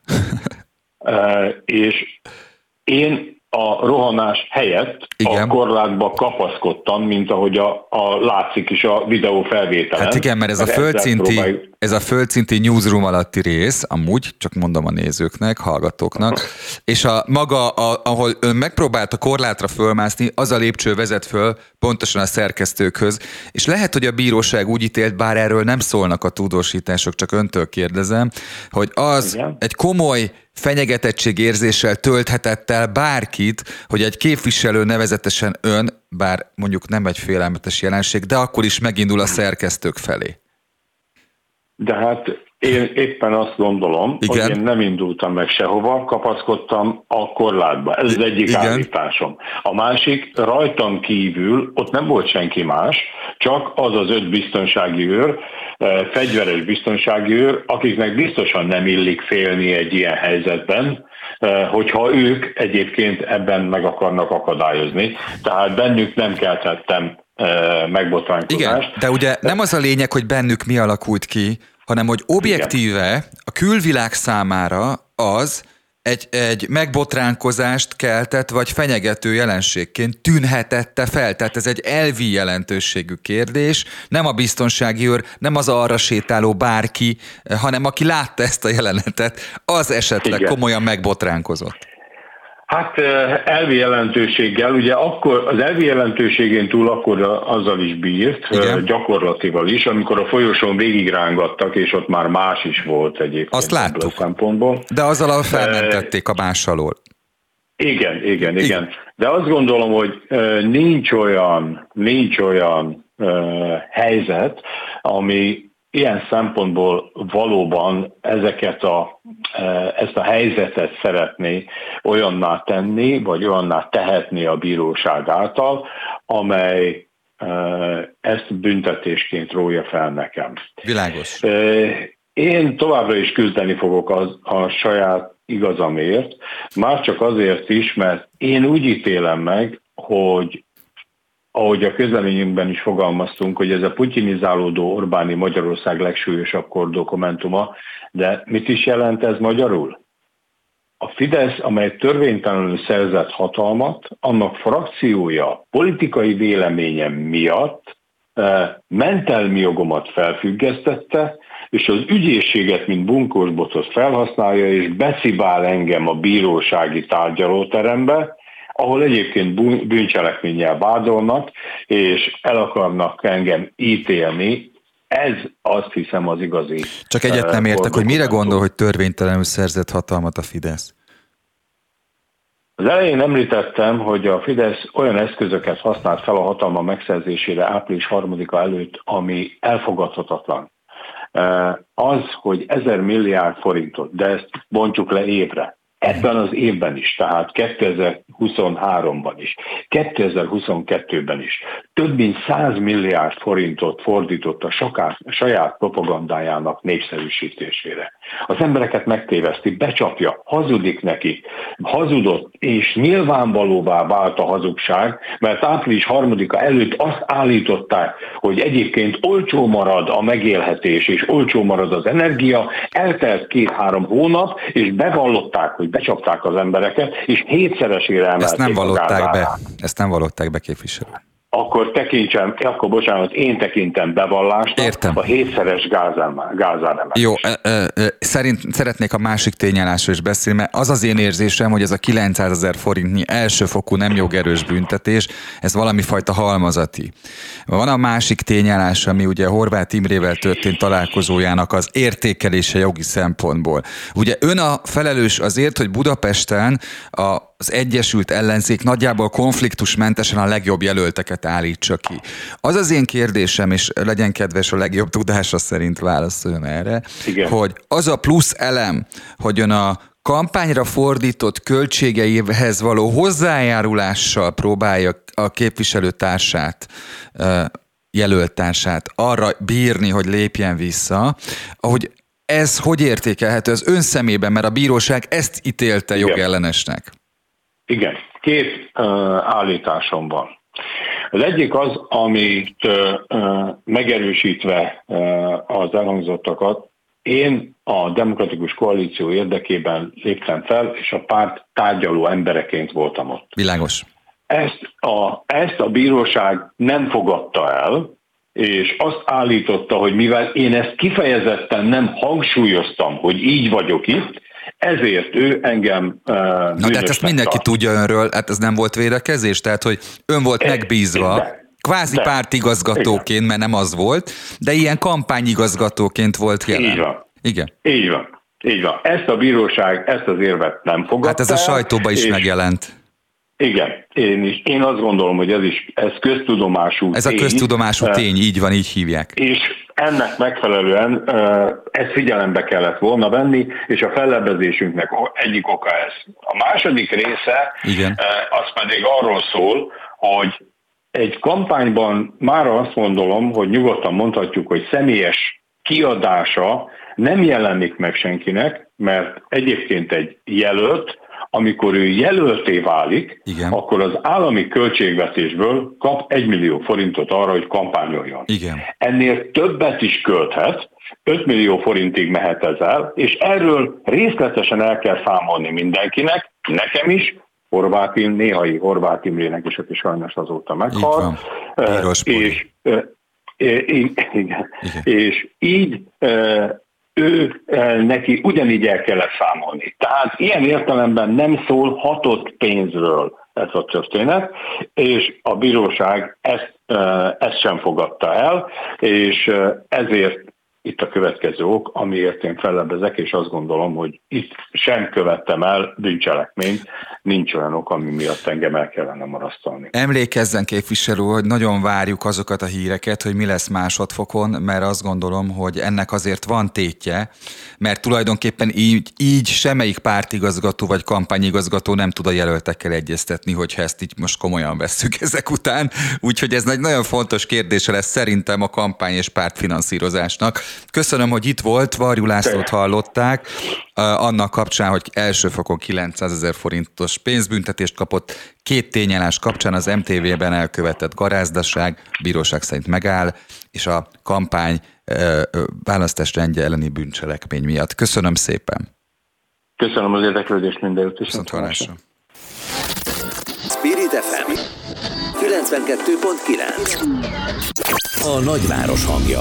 És én a rohanás helyett igen, a korlátba kapaszkodtam, mint ahogy a látszik is a videó felvételen. Hát igen, mert ez a földszinti newsroom alatti rész, amúgy, csak mondom a nézőknek, hallgatóknak, és ahol ön megpróbált a korlátra fölmászni, az a lépcső vezet föl pontosan a szerkesztőkhöz, és lehet, hogy a bíróság úgy ítélt, bár erről nem szólnak a tudósítások, csak öntől kérdezem, hogy az igen, egy komoly fenyegetettség érzéssel tölthetett el bárkit, hogy egy képviselő, nevezetesen ön, bár mondjuk nem egy félelmetes jelenség, de akkor is megindul a szerkesztők felé. De hát én éppen azt gondolom, igen, hogy én nem indultam meg sehova, kapaszkodtam a korlátba. Ez az egyik igen, állításom. A másik, rajtam kívül, ott nem volt senki más, csak az az 5 biztonsági őr, fegyveres biztonsági őr, akiknek biztosan nem illik félni egy ilyen helyzetben, hogyha ők egyébként ebben meg akarnak akadályozni. Tehát bennük nem keltettem megbotránkozást. Igen, de ugye nem az a lényeg, hogy bennük mi alakult ki, hanem hogy objektíve a külvilág számára az egy megbotránkozást keltett, vagy fenyegető jelenségként tűnhetette fel. Tehát ez egy elvi jelentőségű kérdés. Nem a biztonsági őr, nem az arra sétáló bárki, hanem aki látta ezt a jelenetet, az esetleg igen, komolyan megbotránkozott. Hát elvi jelentőséggel, ugye akkor az elvi jelentőségén túl akkor azzal is bírt, igen, gyakorlatival is, amikor a folyosón végigrángattak, és ott már más is volt egyébként. Azt láttuk, szempontból. De azzal felmentették a más alól. Igen. De azt gondolom, hogy nincs olyan helyzet, ami ilyen szempontból valóban ezt a helyzetet szeretné olyanná tenni, vagy olyanná tehetni a bíróság által, amely ezt büntetésként rója fel nekem. Világos. Én továbbra is küzdeni fogok a saját igazamért, már csak azért is, mert én úgy ítélem meg, hogy ahogy a közleményünkben is fogalmaztunk, hogy ez a putyinizálódó Orbáni Magyarország legsúlyosabb kordokumentuma, de mit is jelent ez magyarul? A Fidesz, amely törvénytelenül szerzett hatalmat, annak frakciója politikai véleményem miatt mentelmi jogomat felfüggesztette, és az ügyészséget, mint bunkósbotot felhasználja, és beszibál engem a bírósági tárgyalóterembe, ahol egyébként bűncselekménnyel vádolnak, és el akarnak engem ítélni. Ez azt hiszem az igazi. Csak egyet nem értek, hogy mire gondol, hogy törvénytelenül szerzett hatalmat a Fidesz? Az elején említettem, hogy a Fidesz olyan eszközöket használt fel a hatalma megszerzésére április 3-a előtt, ami elfogadhatatlan. Az, hogy 1000 milliárd forintot, de ezt bontjuk le évre, ebben az évben is, tehát 2023-ban is, 2022-ben is több mint 100 milliárd forintot fordított a saját propagandájának népszerűsítésére. Az embereket megtéveszti, becsapja, hazudik neki, hazudott, és nyilvánvalóvá vált a hazugság, mert április 3-a előtt azt állították, hogy egyébként olcsó marad a megélhetés, és olcsó marad az energia, eltelt 2-3 hónap, és bevallották, hogy becsapták az embereket, és 7-szeresére emelték. Ezt nem vallották be, képviselő. Akkor én tekintem bevallásnak. Értem. A 7-szeres gázáremelés. Jó, szeretnék a másik tényállásról is beszélni, mert az én érzésem, hogy ez a 900 000 forintnyi elsőfokú nem jogerős büntetés, ez valami fajta halmazati. Van a másik tényállás, ami ugye Horváth Imrével történt találkozójának az értékelése jogi szempontból. Ugye ön a felelős azért, hogy Budapesten az Egyesült Ellenzék nagyjából konfliktusmentesen a legjobb jelölteket állítsa ki. Az én kérdésem, és legyen kedves a legjobb tudása szerint válaszoljon erre, igen, hogy az a plusz elem, hogy ön a kampányra fordított költségeihez való hozzájárulással próbálja a képviselőtársát, jelöltársát arra bírni, hogy lépjen vissza, ahogy ez hogy értékelhető az ön szemében, mert a bíróság ezt ítélte jogellenesnek? Igen, 2 állításom van. Az egyik az, amit megerősítve az elhangzottakat, én a Demokratikus Koalíció érdekében léptem fel, és a párt tárgyaló embereként voltam ott. Világos. Ezt a bíróság nem fogadta el, és azt állította, hogy mivel én ezt kifejezetten nem hangsúlyoztam, hogy így vagyok itt, ezért ő engem Na de hát ezt mindenki tudja önről, hát ez nem volt védekezés, tehát hogy ön volt megbízva, kvázi pártigazgatóként, mert nem az volt, de ilyen kampányigazgatóként volt jelen. Így van. Igen. Így van. Így van. Ezt a bíróság, ezt az érvet nem fogadta. Hát ez a sajtóban is megjelent. Igen, én azt gondolom, hogy ez köztudomású tény. Ez a köztudomású tény, így van, így hívják. És ennek megfelelően ezt figyelembe kellett volna venni, és a fellebbezésünknek egyik oka ez. A második része, az pedig arról szól, hogy egy kampányban már azt gondolom, hogy nyugodtan mondhatjuk, hogy személyes kiadása nem jelenik meg senkinek, mert egyébként egy jelölt, amikor ő jelölté válik, akkor az állami költségvetésből kap 1 millió forintot arra, hogy kampányoljon. Igen. Ennél többet is költhet, 5 millió forintig mehet ez el, és erről részletesen el kell számolni mindenkinek, nekem is, néhai Horváth Imrének is, aki sajnos azóta meghalt. És így neki ugyanígy el kellett számolni. Tehát ilyen értelemben nem szólhatott pénzről ez a történet, és a bíróság ezt sem fogadta el, és ezért itt a következő ok, amiért én fellebbezek, és azt gondolom, hogy itt sem követtem el bűncselekményt, nincs olyan ok, ami miatt engem el kellene marasztalni. Emlékezzen, képviselő, hogy nagyon várjuk azokat a híreket, hogy mi lesz másodfokon, mert azt gondolom, hogy ennek azért van tétje, mert tulajdonképpen így semmelyik pártigazgató vagy kampányigazgató nem tud a jelöltekkel egyeztetni, hogyha ezt így most komolyan vesszük ezek után. Úgyhogy ez egy nagyon fontos kérdése lesz szerintem a kampány és pártfinanszírozásnak. Köszönöm, hogy itt volt, Varjú Lászlót hallották, annak kapcsán, hogy első fokon 900 000 forintos pénzbüntetést kapott, 2 tényállás kapcsán az MTV-ben elkövetett garázdaság bíróság szerint megáll, és a kampány választásrendje elleni bűncselekmény miatt. Köszönöm szépen! Köszönöm az érdeklődést mindenütt, és viszont hallásra. Spirit FM 92.9 A nagyváros hangja.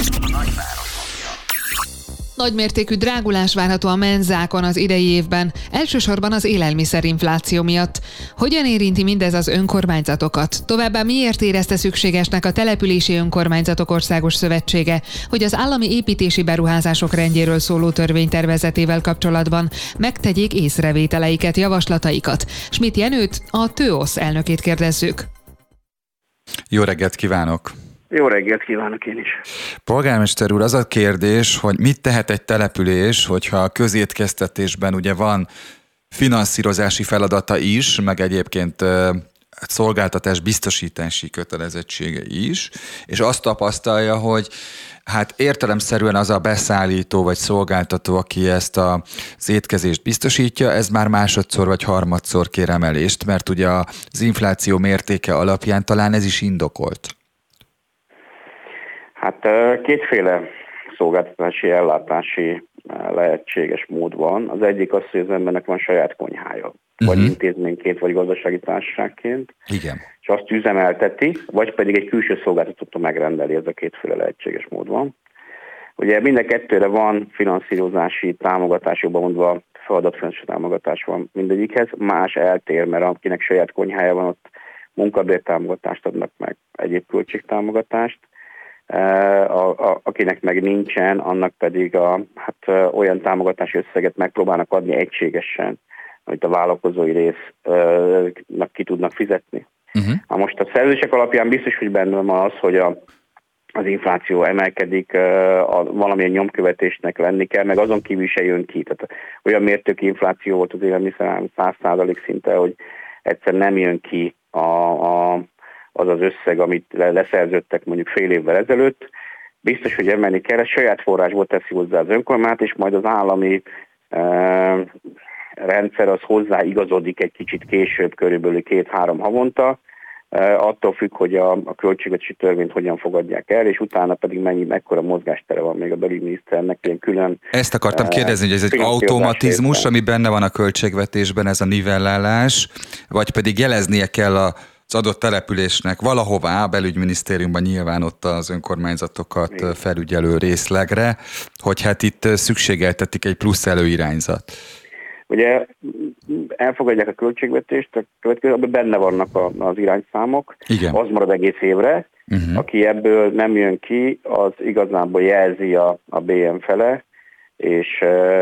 Nagymértékű drágulás várható a menzákon az idei évben, elsősorban az élelmiszerinfláció miatt. Hogyan érinti mindez az önkormányzatokat? Továbbá miért érezte szükségesnek a Települési Önkormányzatok Országos Szövetsége, hogy az állami építési beruházások rendjéről szóló törvénytervezetével kapcsolatban megtegyék észrevételeiket, javaslataikat? Schmidt Jenőt, a TÖOSZ elnökét kérdezzük. Jó reggelt kívánok! Jó reggelt kívánok én is. Polgármester úr, az a kérdés, hogy mit tehet egy település, hogyha a közétkeztetésben ugye van finanszírozási feladata is, meg egyébként szolgáltatás biztosítási kötelezettsége is, és azt tapasztalja, hogy hát értelemszerűen az a beszállító vagy szolgáltató, aki ezt az étkezést biztosítja, ez már másodszor vagy harmadszor kér emelést, mert ugye az infláció mértéke alapján talán ez is indokolt. Hát kétféle szolgáltatási, ellátási lehetséges mód van. Az egyik az, hogy az embernek van saját konyhája, vagy intézményként, vagy gazdasági társaságként, igen, és azt üzemelteti, vagy pedig egy külső szolgáltatótól megrendeli, ez a kétféle lehetséges mód van. Ugye minden kettőre van finanszírozási támogatás, jobban mondva feladatfinanszírozási támogatás van mindegyikhez, más eltér, mert akinek saját konyhája van, ott munkabértámogatást adnak meg, egyéb költségtámogatást. Akinek meg nincsen, annak pedig olyan támogatási összeget megpróbálnak adni egységesen, amit a vállalkozói résznek ki tudnak fizetni. Most a szerződések alapján biztos, hogy benne van az, hogy az infláció emelkedik, valamilyen nyomkövetésnek lenni kell, meg azon kívül se jön ki. Tehát olyan mértékű infláció volt az élelmiszer 100% szinte, hogy egyszer nem jön ki az az összeg, amit leszerződtek mondjuk fél évvel ezelőtt, biztos, hogy emelni kell, ez saját forrásból teszi hozzá az önkormányzat, és majd az állami rendszer az hozzáigazodik egy kicsit később, körülbelül 2-3 havonta, attól függ, hogy a költségvetési törvényt hogyan fogadják el, és utána pedig mekkora mozgástere van még a belügyminiszternek, ilyen külön... Ezt akartam kérdezni, hogy ez egy automatizmus, ami benne van a költségvetésben, ez a nivellálás, vagy pedig jeleznie kell az adott településnek valahová, a belügyminisztériumban nyilván ott az önkormányzatokat felügyelő részlegre, hogy hát itt szükségeltetik egy plusz előirányzat. Ugye elfogadják a költségvetést, abban benne vannak az irányszámok, igen. Az marad egész évre, aki ebből nem jön ki, az igazából jelzi a BM fele, és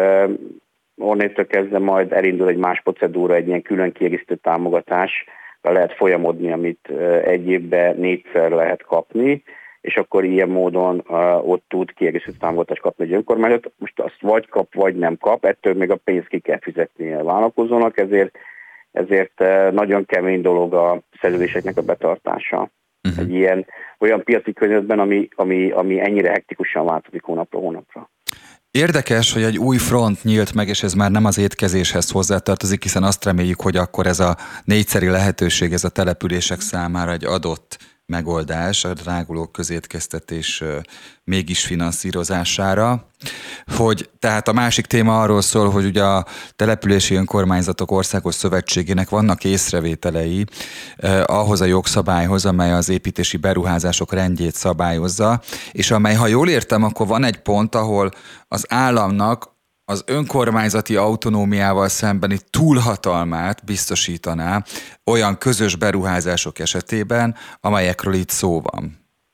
onnétől kezdve majd elindul egy más procedúra, egy ilyen külön kiegészítő támogatás, lehet folyamodni, amit egy évben 4-szer lehet kapni, és akkor ilyen módon ott tud kiegészítő támogatást kapni egy önkormányzat. Most azt vagy kap, vagy nem kap, ettől még a pénzt ki kell fizetni a vállalkozónak, ezért nagyon kemény dolog a szerződéseknek a betartása. Egy ilyen olyan piaci környezetben, ami ennyire hektikusan változik hónapról hónapra. Érdekes, hogy egy új front nyílt meg, és ez már nem az étkezéshez hozzátartozik, hiszen azt reméljük, hogy akkor ez a 4-szeri lehetőség, ez a települések számára egy adott megoldás, a dráguló közétkeztetés mégis finanszírozására. Hogy tehát a másik téma arról szól, hogy ugye a Települési Önkormányzatok Országos Szövetségének vannak észrevételei ahhoz a jogszabályhoz, amely az építési beruházások rendjét szabályozza, és amely, ha jól értem, akkor van egy pont, ahol az államnak az önkormányzati autonómiával szembeni túlhatalmát biztosítaná olyan közös beruházások esetében, amelyekről itt szó van.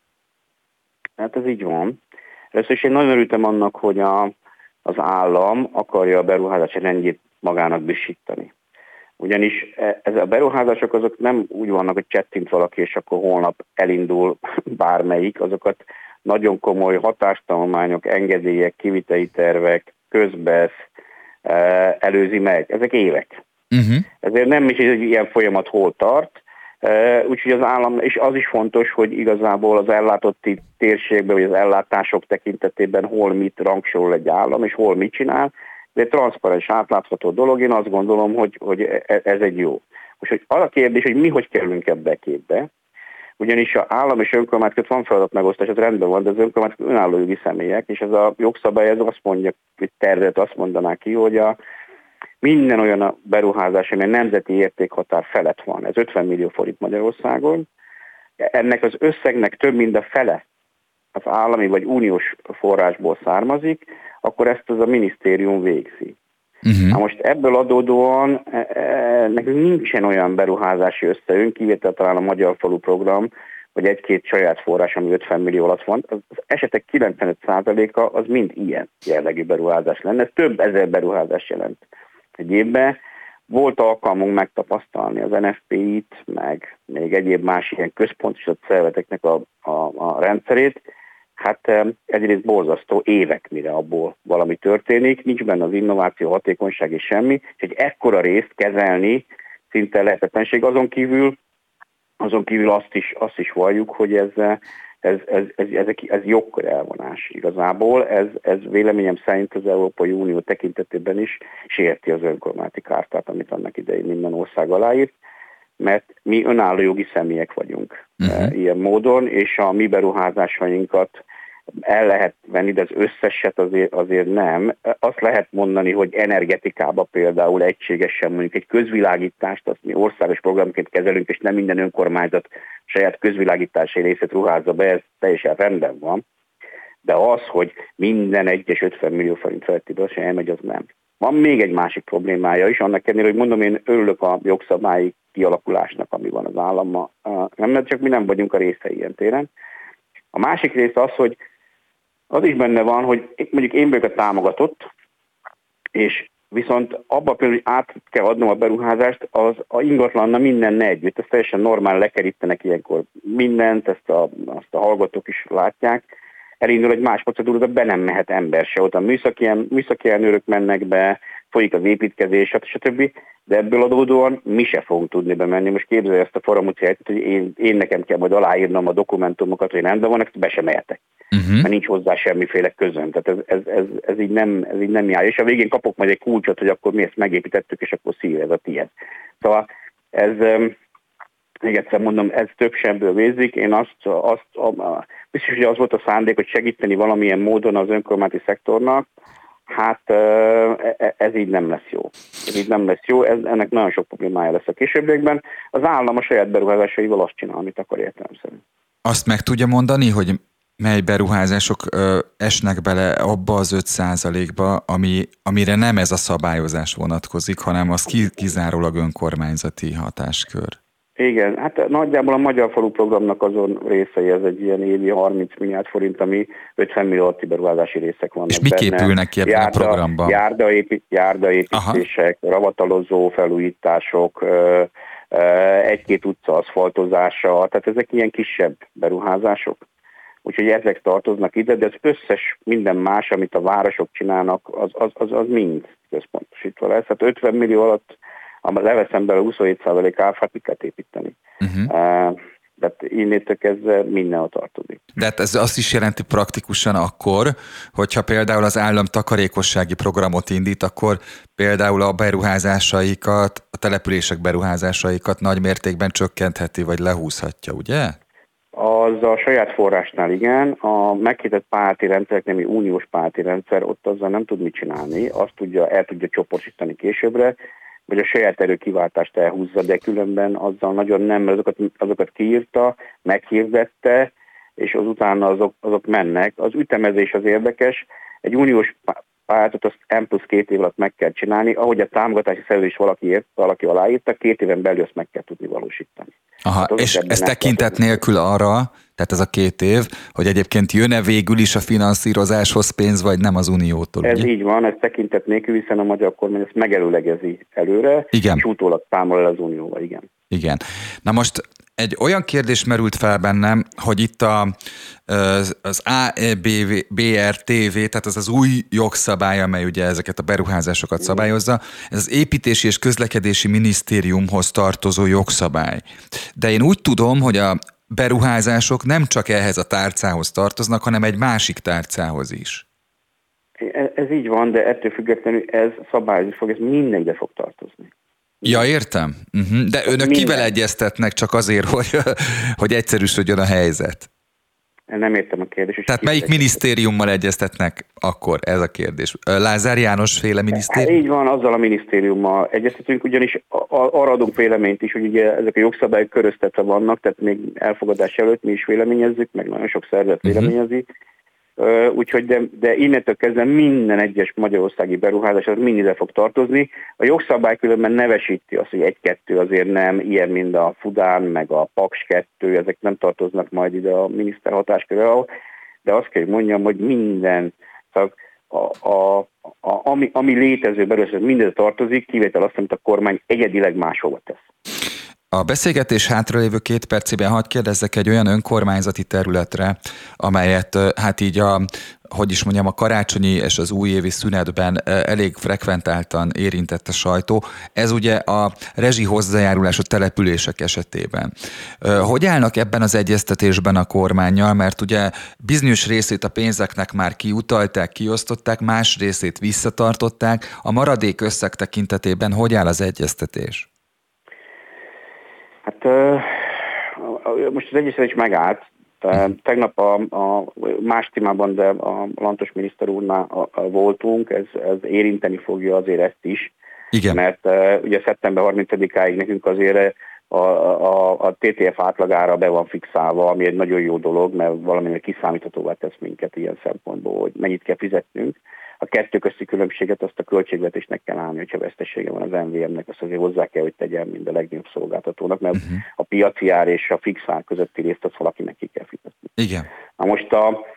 Hát ez így van. Először is én nagyon örültem annak, hogy az állam akarja a beruházási rendjét magának biztosítani. Ugye Ugyanis ez a beruházások azok nem úgy vannak, hogy csettint valaki, és akkor holnap elindul bármelyik, azokat nagyon komoly hatástanulmányok, engedélyek, kiviteli tervek, közbesz előzi meg. Ezek évek. Ezért nem is egy ilyen folyamat hol tart, úgyhogy az állam, és az is fontos, hogy igazából az ellátotti térségben, vagy az ellátások tekintetében hol mit rangsorol egy állam, és hol mit csinál, de egy transzparens, átlátható dolog, én azt gondolom, hogy ez egy jó. Most hogy az a kérdés, hogy mi hogy kerülünk ebbe a képbe, ugyanis az állam és önkormányzat között van feladatmegosztás, ez rendben van, de az önkormányzat önálló jogi személyek, és ez a jogszabály ez azt mondja, hogy tervezet azt mondaná ki, hogy minden olyan beruházás, ami a nemzeti értékhatár felett van, ez 50 millió forint Magyarországon, ennek az összegnek több mint a fele az állami vagy uniós forrásból származik, akkor ezt az a minisztérium végzi. Na most ebből adódóan nekünk nincsen olyan beruházási összegünk, kivétel talán a Magyar Falu program, vagy egy-két saját forrás, ami 50 millió alatt van, az esetek 95%-a az mind ilyen jellegű beruházás lenne. Ez több ezer beruházás jelent egy évben. Volt alkalmunk megtapasztalni az NFP-t, meg még egyéb más ilyen központosított szervezeteknek a rendszerét. Hát egyrészt borzasztó évek, mire abból valami történik, nincs benne az innováció, hatékonyság és semmi, és egy ekkora részt kezelni szinte lehetetlenség. Azon kívül azt is valljuk, hogy ez jogkör elvonás igazából. Ez véleményem szerint az Európai Unió tekintetében is sérti az önkormányzati chartát, amit annak idején minden ország aláírt, mert mi önálló jogi személyek vagyunk ilyen módon, és a mi beruházásainkat el lehet venni, de az összeset azért nem. Azt lehet mondani, hogy energetikában például egységesen mondjuk egy közvilágítást, azt mi országos programként kezelünk, és nem minden önkormányzat saját közvilágítási részét ruházza be, ez teljesen rendben van. De az, hogy minden egyes 50 millió forint felettiből se elmegy, az nem. Van még egy másik problémája is, annak ellenére, hogy mondom, én örülök a jogszabályi kialakulásnak, ami van az állammal. Nem, csak mi nem vagyunk a részei ilyen téren. A másik rész az, hogy az is benne van, hogy mondjuk én vagyok a támogatott, és viszont abban például, hogy át kell adnom a beruházást, az a ingatlanna mindenne együtt. Ez teljesen normál, lekerítenek ilyenkor mindent, azt a hallgatók is látják. Elindul egy más procedúra, de be nem mehet ember se. Ott a műszaki ellenőrök mennek be, folyik az építkezés, stb. De ebből adódóan mi se fogunk tudni bemenni. Most képzelj ezt a faramúci helyzetet, hogy én nekem kell majd aláírnom a dokumentumokat, hogy rendben van, ezt be sem mehetek. Mert nincs hozzá semmiféle közöm. Tehát ez így nem jár. És a végén kapok majd egy kulcsot, hogy akkor mi ezt megépítettük, és akkor szív, ez a tiéd. Szóval ez, még egyszer mondom, ez több semből végzik. Én biztos, hogy az volt a szándék, hogy segíteni valamilyen módon az önkormányzati szektornak. Hát ez így nem lesz jó. Ennek nagyon sok problémája lesz a későbbiekben. Az állam a saját beruházásaival azt csinál, amit akar értelemszerűen. Azt meg tudja mondani, hogy mely beruházások esnek bele abba az 5%-ba, amire nem ez a szabályozás vonatkozik, hanem az kizárólag önkormányzati hatáskör? Igen, hát nagyjából a Magyar Falu programnak azon részei, ez egy ilyen évi 30 milliárd forint, ami 50 milliárd beruházási részek vannak. És mi képülnek ki ebben a programban? Járdaépítések, ravatalozó felújítások, egy-két utca aszfaltozása, tehát ezek ilyen kisebb beruházások. Úgyhogy ezek tartoznak ide, de az összes minden más, amit a városok csinálnak, az mind központosítva lesz. Hát 50 millió alatt leveszem bele 27% áfát, mit lehet építeni. De innétől kezdve minden tartozik. De hát ez azt is jelenti praktikusan akkor, hogyha például az állam takarékossági programot indít, akkor például a beruházásaikat, a települések beruházásaikat nagy mértékben csökkentheti, vagy lehúzhatja, ugye? Az a saját forrásnál igen, a meghirdett pályázati rendszerek, nem uniós pályázati rendszer, ott azzal nem tud mit csinálni, el tudja csoportosítani későbbre, vagy a saját erőkiváltást elhúzza, de különben azzal nagyon nem, mert azokat kiírta, meghirdette, és utána azok mennek. Az ütemezés az érdekes, egy uniós pályázatot azt M+2 év alatt meg kell csinálni, ahogy a támogatási szerződés valaki aláírta, 2 éven belül azt meg kell tudni valósítani. Aha, és ez tekintet nélkül arra, tehát ez a 2 év, hogy egyébként jön-e végül is a finanszírozáshoz pénz, vagy nem az Uniótól? Ez ugye? így van, ez tekintet nélkül, hiszen a magyar kormány ezt megelőlegezi előre, igen. És utólag számol el az Unióval, igen. Igen. Na most egy olyan kérdés merült fel bennem, hogy itt az AEBRTV, tehát az új jogszabály, amely ugye ezeket a beruházásokat szabályozza, ez az Építési és Közlekedési Minisztériumhoz tartozó jogszabály. De én úgy tudom, hogy a beruházások nem csak ehhez a tárcához tartoznak, hanem egy másik tárcához is. Ez így van, de ettől függetlenül ez szabályozni fog, ez mindenre fog tartozni. Ja, értem. De önök kivel egyeztetnek csak azért, hogy egyszerűsödjön a helyzet? Nem értem a kérdést. Tehát melyik minisztériummal egyeztetnek akkor? Ez a kérdés. Lázár János féle minisztérium? Így van, azzal a minisztériummal egyeztetünk, ugyanis arra adunk véleményt is, hogy ugye ezek a jogszabályok köröztetve vannak, tehát még elfogadás előtt mi is véleményezzük, meg nagyon sok szervezet véleményezi. Úgyhogy de innentől kezdve minden egyes magyarországi beruházás az mindide fog tartozni. A jogszabály különben nevesíti azt, hogy 1-2 azért nem, ilyen mint a Fudán, meg a Paks 2, ezek nem tartoznak majd ide a miniszter hatáskörre, de azt kell, hogy mondjam, hogy minden, ami létező beruházás, mindide tartozik, kivétel azt, amit a kormány egyedileg máshova tesz. A beszélgetés hátralévő 2 percében hadd kérdezzek egy olyan önkormányzati területre, amelyet hát így a karácsonyi és az újévi szünetben elég frekventáltan érintett a sajtó. Ez ugye a rezsi hozzájárulás a települések esetében. Hogy állnak ebben az egyeztetésben a kormánnyal, mert ugye bizonyos részét a pénzeknek már kiutalták, kiosztották, más részét visszatartották. A maradék összeg tekintetében hogy áll az egyeztetés? Hát most az egyeztetés megállt. Tegnap a más témában, de a Lantos miniszter úrnál voltunk, ez érinteni fogja azért ezt is. Igen. Mert ugye szeptember 30-áig nekünk azért a TTF átlagára be van fixálva, ami egy nagyon jó dolog, mert valamilyen kiszámíthatóvá tesz minket ilyen szempontból, hogy mennyit kell fizetnünk. A 2 közti különbséget azt a költségvetésnek kell állni, hogyha vesztesége van az MVM-nek, azt azért hozzá kell, hogy tegyen mind a legnagyobb szolgáltatónak, mert a piaci ár és a fix ár közötti részt azt valakinek ki kell fizetni. Igen. Na most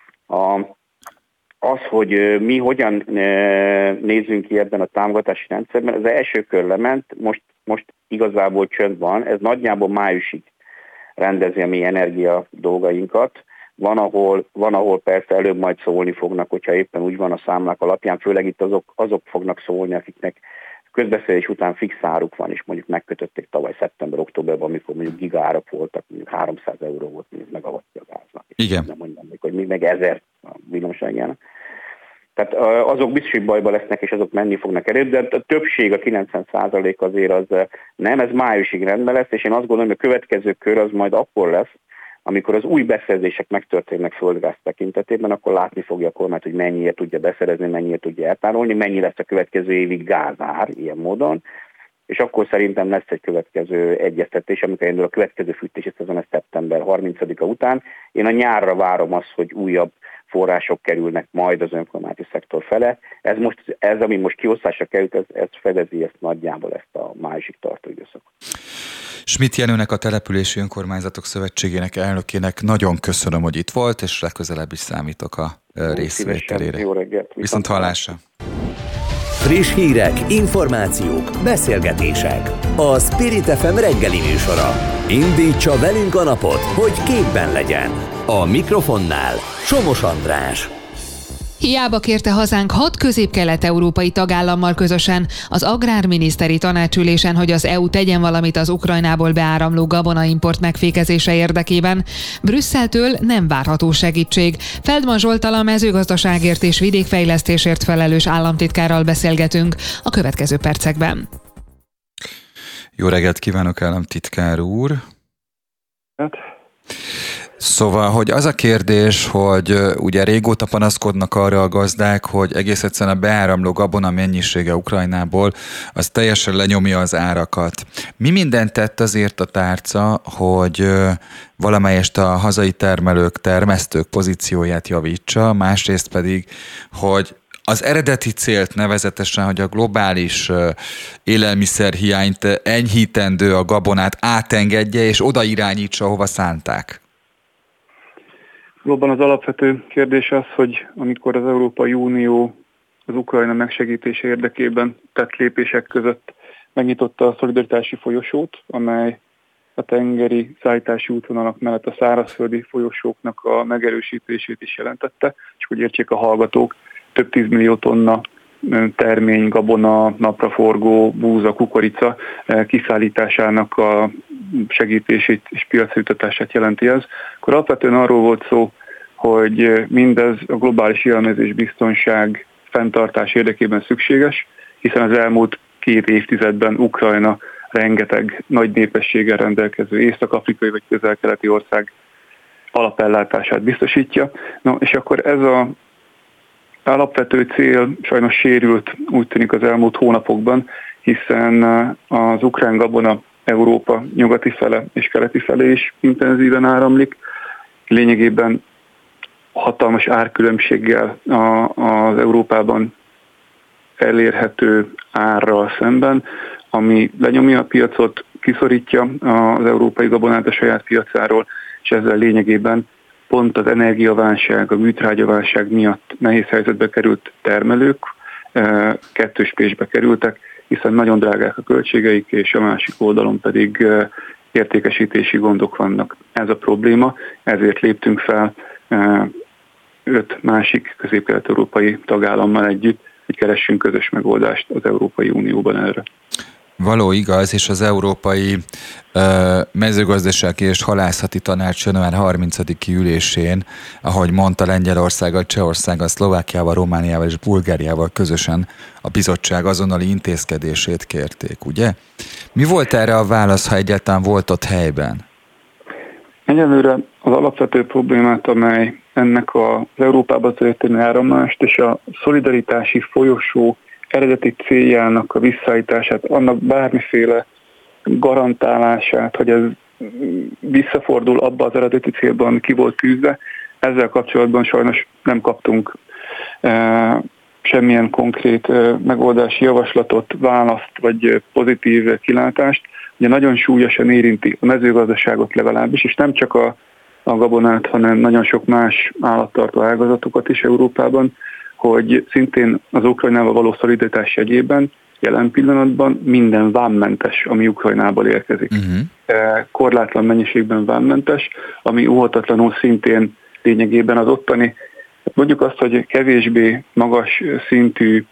az, hogy mi hogyan nézzünk ki ebben a támogatási rendszerben, az első kör lement, most igazából csönd van, ez nagyjából májusig rendezi a mi energia dolgainkat. Van, ahol persze előbb majd szólni fognak, hogyha éppen úgy van a számlák alapján, főleg itt azok fognak szólni, akiknek közbeszélés után fix áruk van, és mondjuk megkötötték tavaly szeptember-októberben, amikor mondjuk gigaárak voltak, mondjuk 300 euró volt mondjuk megawattja a gáznak. Igen. Nem mondjam még, hogy mi meg 1000 a villamosságjának. Tehát azok biztos, hogy bajba lesznek, és azok menni fognak előbb, de a többség, a 90% azért az nem, ez májusig rendben lesz, és én azt gondolom, hogy a következő kör az majd akkor lesz, amikor az új beszerzések megtörténnek földgáz tekintetében, akkor látni fogja a kormány, hogy mennyire tudja beszerezni, mennyire tudja eltárolni, mennyi lesz a következő évig gázár ilyen módon, és akkor szerintem lesz egy következő egyeztetés, amikor indul a következő fűtési szezon, ez szeptember 30-a után. Én a nyárra várom azt, hogy újabb források kerülnek majd az önkormányzati szektor fele. Ez ami most kiosztásra került, ez fedezi ezt nagyjából ezt a májusig tartó időszakot. Schmidt Jenőnek, a Települési Önkormányzatok Szövetségének elnökének nagyon köszönöm, hogy itt volt, és legközelebb is számítok a részvételére. Jó reggelt. Viszont hallásra. Friss hírek, információk, beszélgetések. A Spirit FM reggeli műsora. Indítsa velünk a napot, hogy képben legyen. A mikrofonnál Somos András. Hiába kérte hazánk 6 közép-kelet-európai tagállammal közösen az agrárminiszteri tanácsülésen, hogy az EU tegyen valamit az Ukrajnából beáramló gabonaimport megfékezése érdekében. Brüsszeltől nem várható segítség. Feldman Zsolttal, a mezőgazdaságért és vidékfejlesztésért felelős államtitkárral beszélgetünk a következő percekben. Jó reggelt kívánok, államtitkár úr! Szóval, hogy az a kérdés, hogy ugye régóta panaszkodnak arra a gazdák, hogy egész egyszerűen a beáramló gabona mennyisége Ukrajnából, az teljesen lenyomja az árakat. Mi mindent tett azért a tárca, hogy valamelyest a hazai termelők, termesztők pozícióját javítsa, másrészt pedig, hogy az eredeti célt, nevezetesen, hogy a globális élelmiszerhiányt enyhítendő a gabonát átengedje és oda irányítsa, hova szánták? Valóban az alapvető kérdés az, hogy amikor az Európai Unió az Ukrajna megsegítése érdekében tett lépések között megnyitotta a szolidaritási folyosót, amely a tengeri szállítási útvonalak mellett a szárazföldi folyosóknak a megerősítését is jelentette, és hogy értsék a hallgatók, több 10 millió tonna termény, gabona, napraforgó, búza, kukorica kiszállításának a segítését és piacra jutatását jelenti ez. Akkor alapvetően arról volt szó, hogy mindez a globális élelmezés biztonság fenntartás érdekében szükséges, hiszen az elmúlt 2 évtizedben Ukrajna rengeteg nagy népességgel rendelkező észak-afrikai vagy közel-keleti ország alapellátását biztosítja. No, és akkor ez az alapvető cél sajnos sérült, úgy tűnik az elmúlt hónapokban, hiszen az ukrán gabona Európa nyugati fele és keleti fele is intenzíven áramlik. Lényegében hatalmas árkülönbséggel az Európában elérhető árral szemben, ami lenyomja a piacot, kiszorítja az európai gabonát a saját piacáról, és ezzel lényegében pont az energiaválság, a műtrágyaválság miatt nehéz helyzetbe került termelők kettős pésbe kerültek, hiszen nagyon drágák a költségeik, és a másik oldalon pedig értékesítési gondok vannak. Ez a probléma, ezért léptünk fel 5 másik közép-kelet-európai tagállammal együtt, hogy keressünk közös megoldást az Európai Unióban erre. Való igaz, és az Európai Mezőgazdasági és Halászati Tanács január 30-i ülésén, ahogy mondta, Lengyelországgal, Csehországgal, Szlovákiával, Romániával és Bulgáriával közösen a bizottság azonnali intézkedését kérték, ugye? Mi volt erre a válasz, ha egyáltalán volt ott helyben? Egyelőre az alapvető problémát, amely ennek az Európába történő áramlást és a szolidaritási folyosó eredeti céljának a visszaállítását, annak bármiféle garantálását, hogy ez visszafordul abba az eredeti célban, ki volt tűzve, ezzel kapcsolatban sajnos nem kaptunk semmilyen konkrét megoldási javaslatot, választ vagy pozitív kilátást. Ugye nagyon súlyosan érinti a mezőgazdaságot legalábbis, és nem csak a gabonát, hanem nagyon sok más állattartó ágazatokat is Európában, hogy szintén az Ukrajnával való szolidaritás jegyében jelen pillanatban minden vámmentes, ami Ukrajnából érkezik. Korlátlan mennyiségben vámmentes, ami óhatatlanul szintén lényegében az ottani, mondjuk azt, hogy kevésbé magas szintű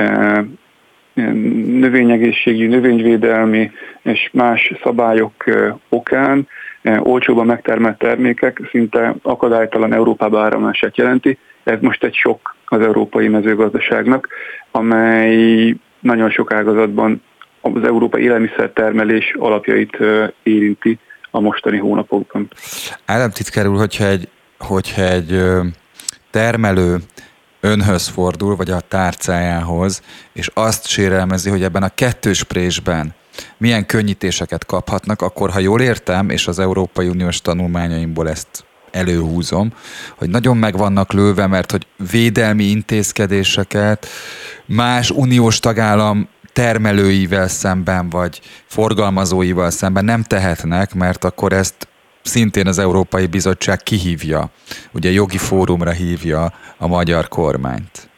növényegészségügyi, növényvédelmi és más szabályok okán olcsóban megtermelt termékek szinte akadálytalan Európába áramlását jelenti. Ez most egy sok az európai mezőgazdaságnak, amely nagyon sok ágazatban az európai élelmiszertermelés alapjait érinti a mostani hónapokban. Államtitkár úr, hogyha egy termelő önhöz fordul, vagy a tárcájához, és azt sérelmezi, hogy ebben a kettős présben milyen könnyítéseket kaphatnak, akkor, ha jól értem, és az Európai Uniós tanulmányaimból ezt előhúzom, hogy nagyon meg vannak lőve, mert hogy védelmi intézkedéseket más uniós tagállam termelőivel szemben, vagy forgalmazóival szemben nem tehetnek, mert akkor ezt szintén az Európai Bizottság kihívja, ugye jogi fórumra hívja a magyar kormányt.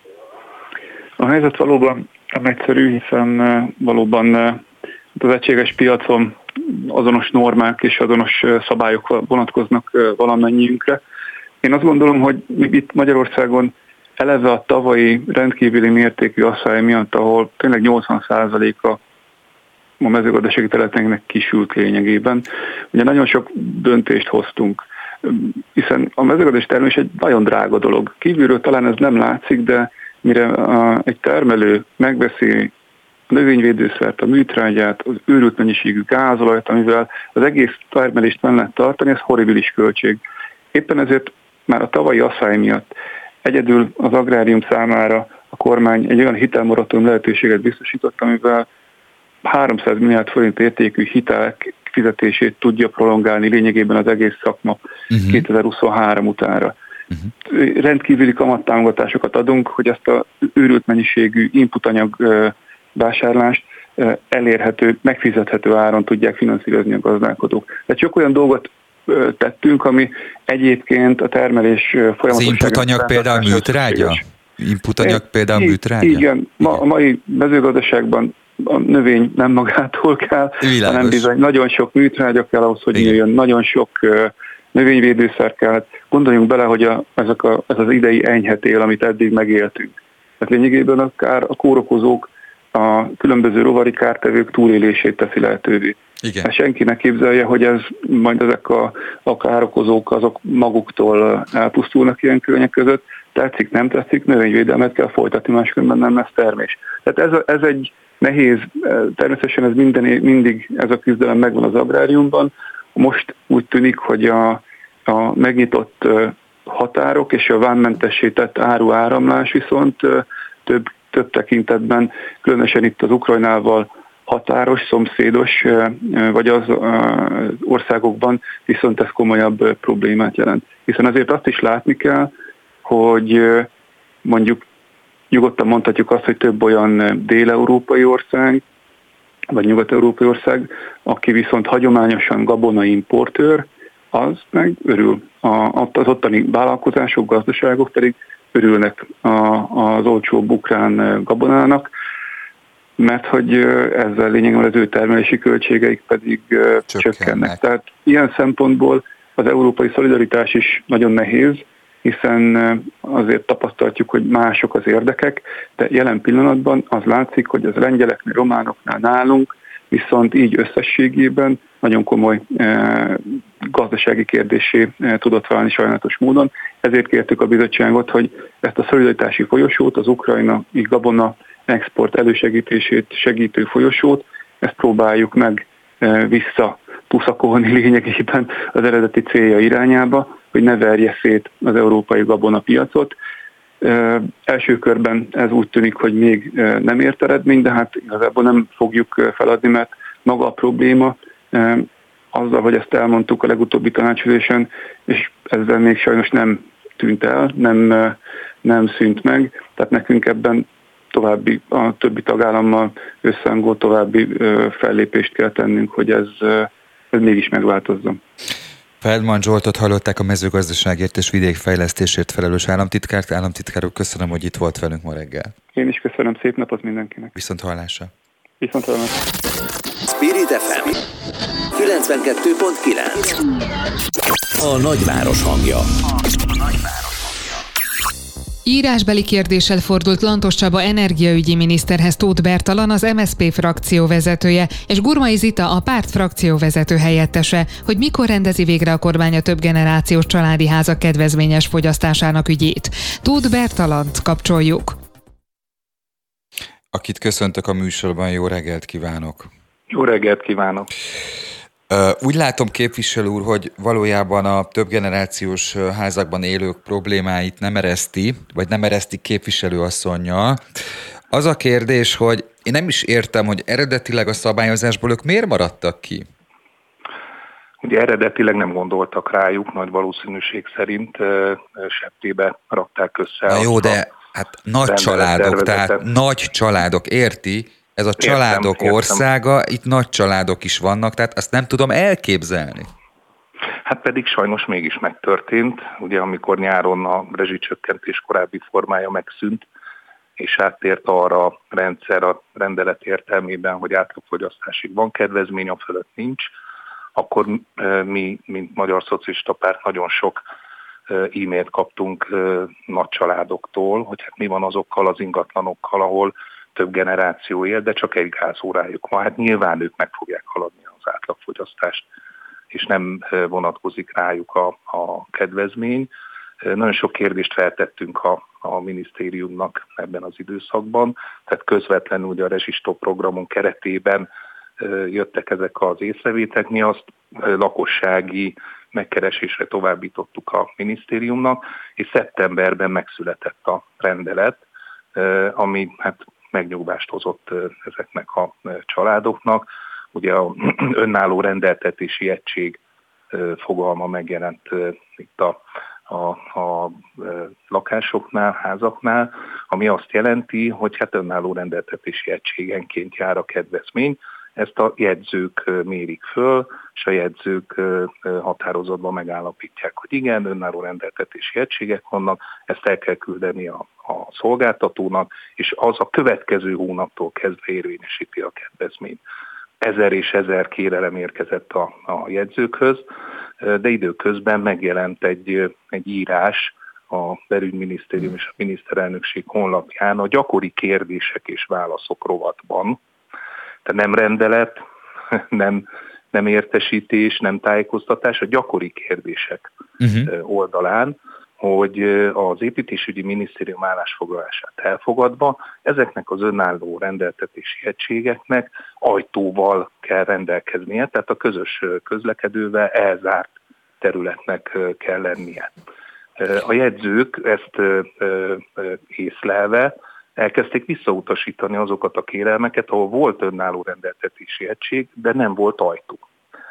A helyzet valóban nem egyszerű, hiszen valóban az egységes piacon azonos normák és azonos szabályok vonatkoznak valamennyiünkre. Én azt gondolom, hogy itt Magyarországon eleve a tavalyi rendkívüli mértékű asszály miatt, ahol tényleg 80%-a a mezőgazdasági területeknek kisült lényegében. Ugye nagyon sok döntést hoztunk, hiszen a mezőgazdasági termelés egy nagyon drága dolog. Kívülről talán ez nem látszik, de mire egy termelő megveszi a növényvédőszert, a műtrágyát, az őrült mennyiségű gázolajat, amivel az egész termelést meg lehet tartani, ez horribilis költség. Éppen ezért már a tavalyi asszály miatt egyedül az agrárium számára a kormány egy olyan hitelmoratórium lehetőséget biztosított, amivel 300 milliárd forint értékű hitelek fizetését tudja prolongálni lényegében az egész szakma 2023 utánra. Rendkívüli kamattámogatásokat adunk, hogy ezt az őrült mennyiségű inputanyag vásárlást elérhető, megfizethető áron tudják finanszírozni a gazdálkodók. Tehát sok olyan dolgot tettünk, ami egyébként a termelés folyamatosságát... Az inputanyag például műtrágya? Igen, a mai mezőgazdaságban a növény nem magától kell, hanem bizony nagyon sok műtrágya kell ahhoz, hogy jöjjön, nagyon sok növényvédőszer kell. Gondoljunk bele, hogy ez az idei enyhetél, amit eddig megéltünk. Tehát lényegében akár a kórokozók, a különböző rovari kártevők túlélését teszi lehetővé. Igen. Senki ne képzelje, hogy majd ezek a károkozók azok maguktól elpusztulnak ilyen körülmények között. Tetszik, nem tetszik, növényvédelmet kell folytatni, máskülönben nem lesz termés. Tehát ez egy nehéz, természetesen ez mindig ez a küzdelem megvan az agráriumban. Most úgy tűnik, hogy a megnyitott határok és a vámmentesített áruáramlás viszont több tekintetben, különösen itt az Ukrajnával határos, szomszédos, vagy az országokban viszont ez komolyabb problémát jelent. Hiszen azért azt is látni kell, hogy mondjuk nyugodtan mondhatjuk azt, hogy több olyan dél-európai ország, vagy nyugat-európai ország, aki viszont hagyományosan gabonai importőr, az meg örül. Az ottani vállalkozások, gazdaságok pedig örülnek az olcsóbb ukrán gabonának, mert hogy ezzel lényegében az ő termelési költségeik pedig csökkennek. Tehát ilyen szempontból az európai szolidaritás is nagyon nehéz, hiszen azért tapasztaljuk, hogy mások az érdekek, de jelen pillanatban az látszik, hogy az lengyeleknél, románoknál nálunk viszont így összességében nagyon komoly gazdasági kérdésé tudott válni sajnálatos módon. Ezért kértük a bizottságot, hogy ezt a szolidaritási folyosót, az ukrajnai gabona export elősegítését segítő folyosót, ezt próbáljuk meg visszatuszakolni lényegében az eredeti célja irányába, hogy ne verje szét az európai gabonapiacot. Első körben ez úgy tűnik, hogy még nem ért eredmény, de hát igazából nem fogjuk feladni, mert maga a probléma azzal, hogy ezt elmondtuk a legutóbbi tanácsülésen, és ezzel még sajnos nem tűnt el, nem szűnt meg, tehát nekünk ebben a többi tagállammal összehangolt további fellépést kell tennünk, hogy ez mégis megváltozzon. Feldman Zsoltot hallották, a mezőgazdaságért és vidékfejlesztésért felelős államtitkárt. Államtitkár úr, köszönöm, hogy itt volt velünk ma reggel. Én is köszönöm, szép napot mindenkinek. Viszont hallásra. Viszont hallásra. Spirit FM 92.9 A nagyváros hangja. Írásbeli kérdéssel fordult Lantos Csaba energiaügyi miniszterhez Tóth Bertalan, az MSZP frakció vezetője, és Gurmai Zita, a párt frakció vezető helyettese, hogy mikor rendezi végre a kormány a több generációs családi házak kedvezményes fogyasztásának ügyét. Tóth Bertalant kapcsoljuk. Akit köszöntök a műsorban, jó reggelt kívánok! Jó reggelt kívánok! Úgy látom, képviselő úr, hogy valójában a több generációs házakban élők problémáit nem ereszti képviselőasszonnyal. Az a kérdés, hogy én nem is értem, hogy eredetileg a szabályozásból ők miért maradtak ki? Ugye eredetileg nem gondoltak rájuk, nagy valószínűség szerint septébe rakták össze. Na jó, de hát nagy családok, tehát nagy családok, érti? Ez a családok országa, itt nagy családok is vannak, tehát azt nem tudom elképzelni. Hát pedig sajnos mégis megtörtént, ugye amikor nyáron a rezsicsökkentés korábbi formája megszűnt, és áttért arra a rendszer a rendelet értelmében, hogy átlagfogyasztásig van kedvezmény, a fölött nincs, akkor mi, mint Magyar Szocialista Párt nagyon sok e-mailt kaptunk nagy családoktól, hogy hát mi van azokkal az ingatlanokkal, ahol több generáció él, de csak egy gázórájuk van. Hát nyilván ők meg fogják haladni az átlagfogyasztást, és nem vonatkozik rájuk a kedvezmény. Nagyon sok kérdést feltettünk a minisztériumnak ebben az időszakban, tehát közvetlenül ugye a rezsistop programon keretében jöttek ezek az észrevételek. Mi azt lakossági megkeresésre továbbítottuk a minisztériumnak, és szeptemberben megszületett a rendelet, ami hát megnyugvást hozott ezeknek a családoknak. Ugye a önálló rendeltetési egység fogalma megjelent itt a lakásoknál, házaknál, ami azt jelenti, hogy hát önálló rendeltetési egységenként jár a kedvezmény. ezt a jegyzők mérik föl, és a jegyzők határozatban megállapítják, hogy igen, önálló rendeltetési egységek vannak, ezt el kell küldeni a szolgáltatónak, és az a következő hónaptól kezdve érvényesíti a kedvezményt. 1000 és 1000 kérelem érkezett a jegyzőkhöz, de időközben megjelent egy írás a belügyminisztérium és a miniszterelnökség honlapján a gyakori kérdések és válaszok rovatban. Tehát nem rendelet, nem értesítés, nem tájékoztatás, a gyakori kérdések oldalán, hogy az építésügyi minisztérium állásfoglalását elfogadva ezeknek az önálló rendeltetési egységeknek ajtóval kell rendelkeznie, tehát a közös közlekedővel elzárt területnek kell lennie. A jegyzők ezt észlelve elkezdték visszautasítani azokat a kérelmeket, ahol volt önálló rendeltetési egység, de nem volt ajtó.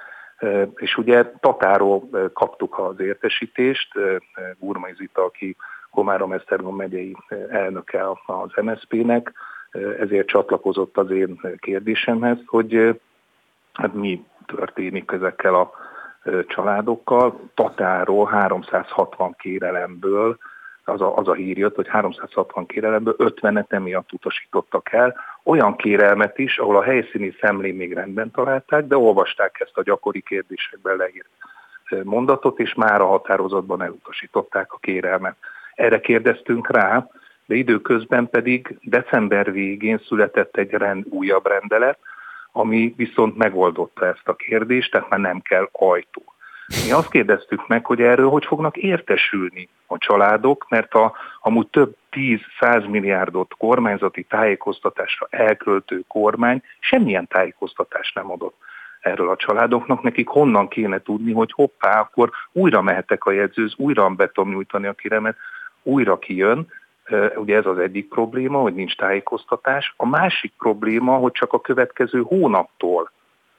És ugye Tatáról kaptuk az értesítést, Gurmai Zita, aki Komárom-Esztergom megyei elnöke az MSZP-nek, ezért csatlakozott az én kérdésemhez, hogy hát mi történik ezekkel a családokkal. Tatáról 360 kérelemből, az a hír jött, hogy 360 kérelemből 50-et emiatt utasítottak el. Olyan kérelmet is, ahol a helyszíni szemlén még rendben találták, de olvasták ezt a gyakori kérdésekben leírt mondatot, és már a határozatban elutasították a kérelmet. Erre kérdeztünk rá, de időközben pedig december végén született egy újabb rendelet, ami viszont megoldotta ezt a kérdést, tehát már nem kell ajtó. Mi azt kérdeztük meg, hogy erről hogy fognak értesülni a családok, mert amúgy több 10-100 milliárdot kormányzati tájékoztatásra elköltő kormány semmilyen tájékoztatást nem adott erről a családoknak. Nekik honnan kéne tudni, hogy hoppá, akkor újra mehetek a jegyzőhöz, újra be tudom nyújtani a kérelmet, újra kijön. Ugye ez az egyik probléma, hogy nincs tájékoztatás. A másik probléma, hogy csak a következő hónaptól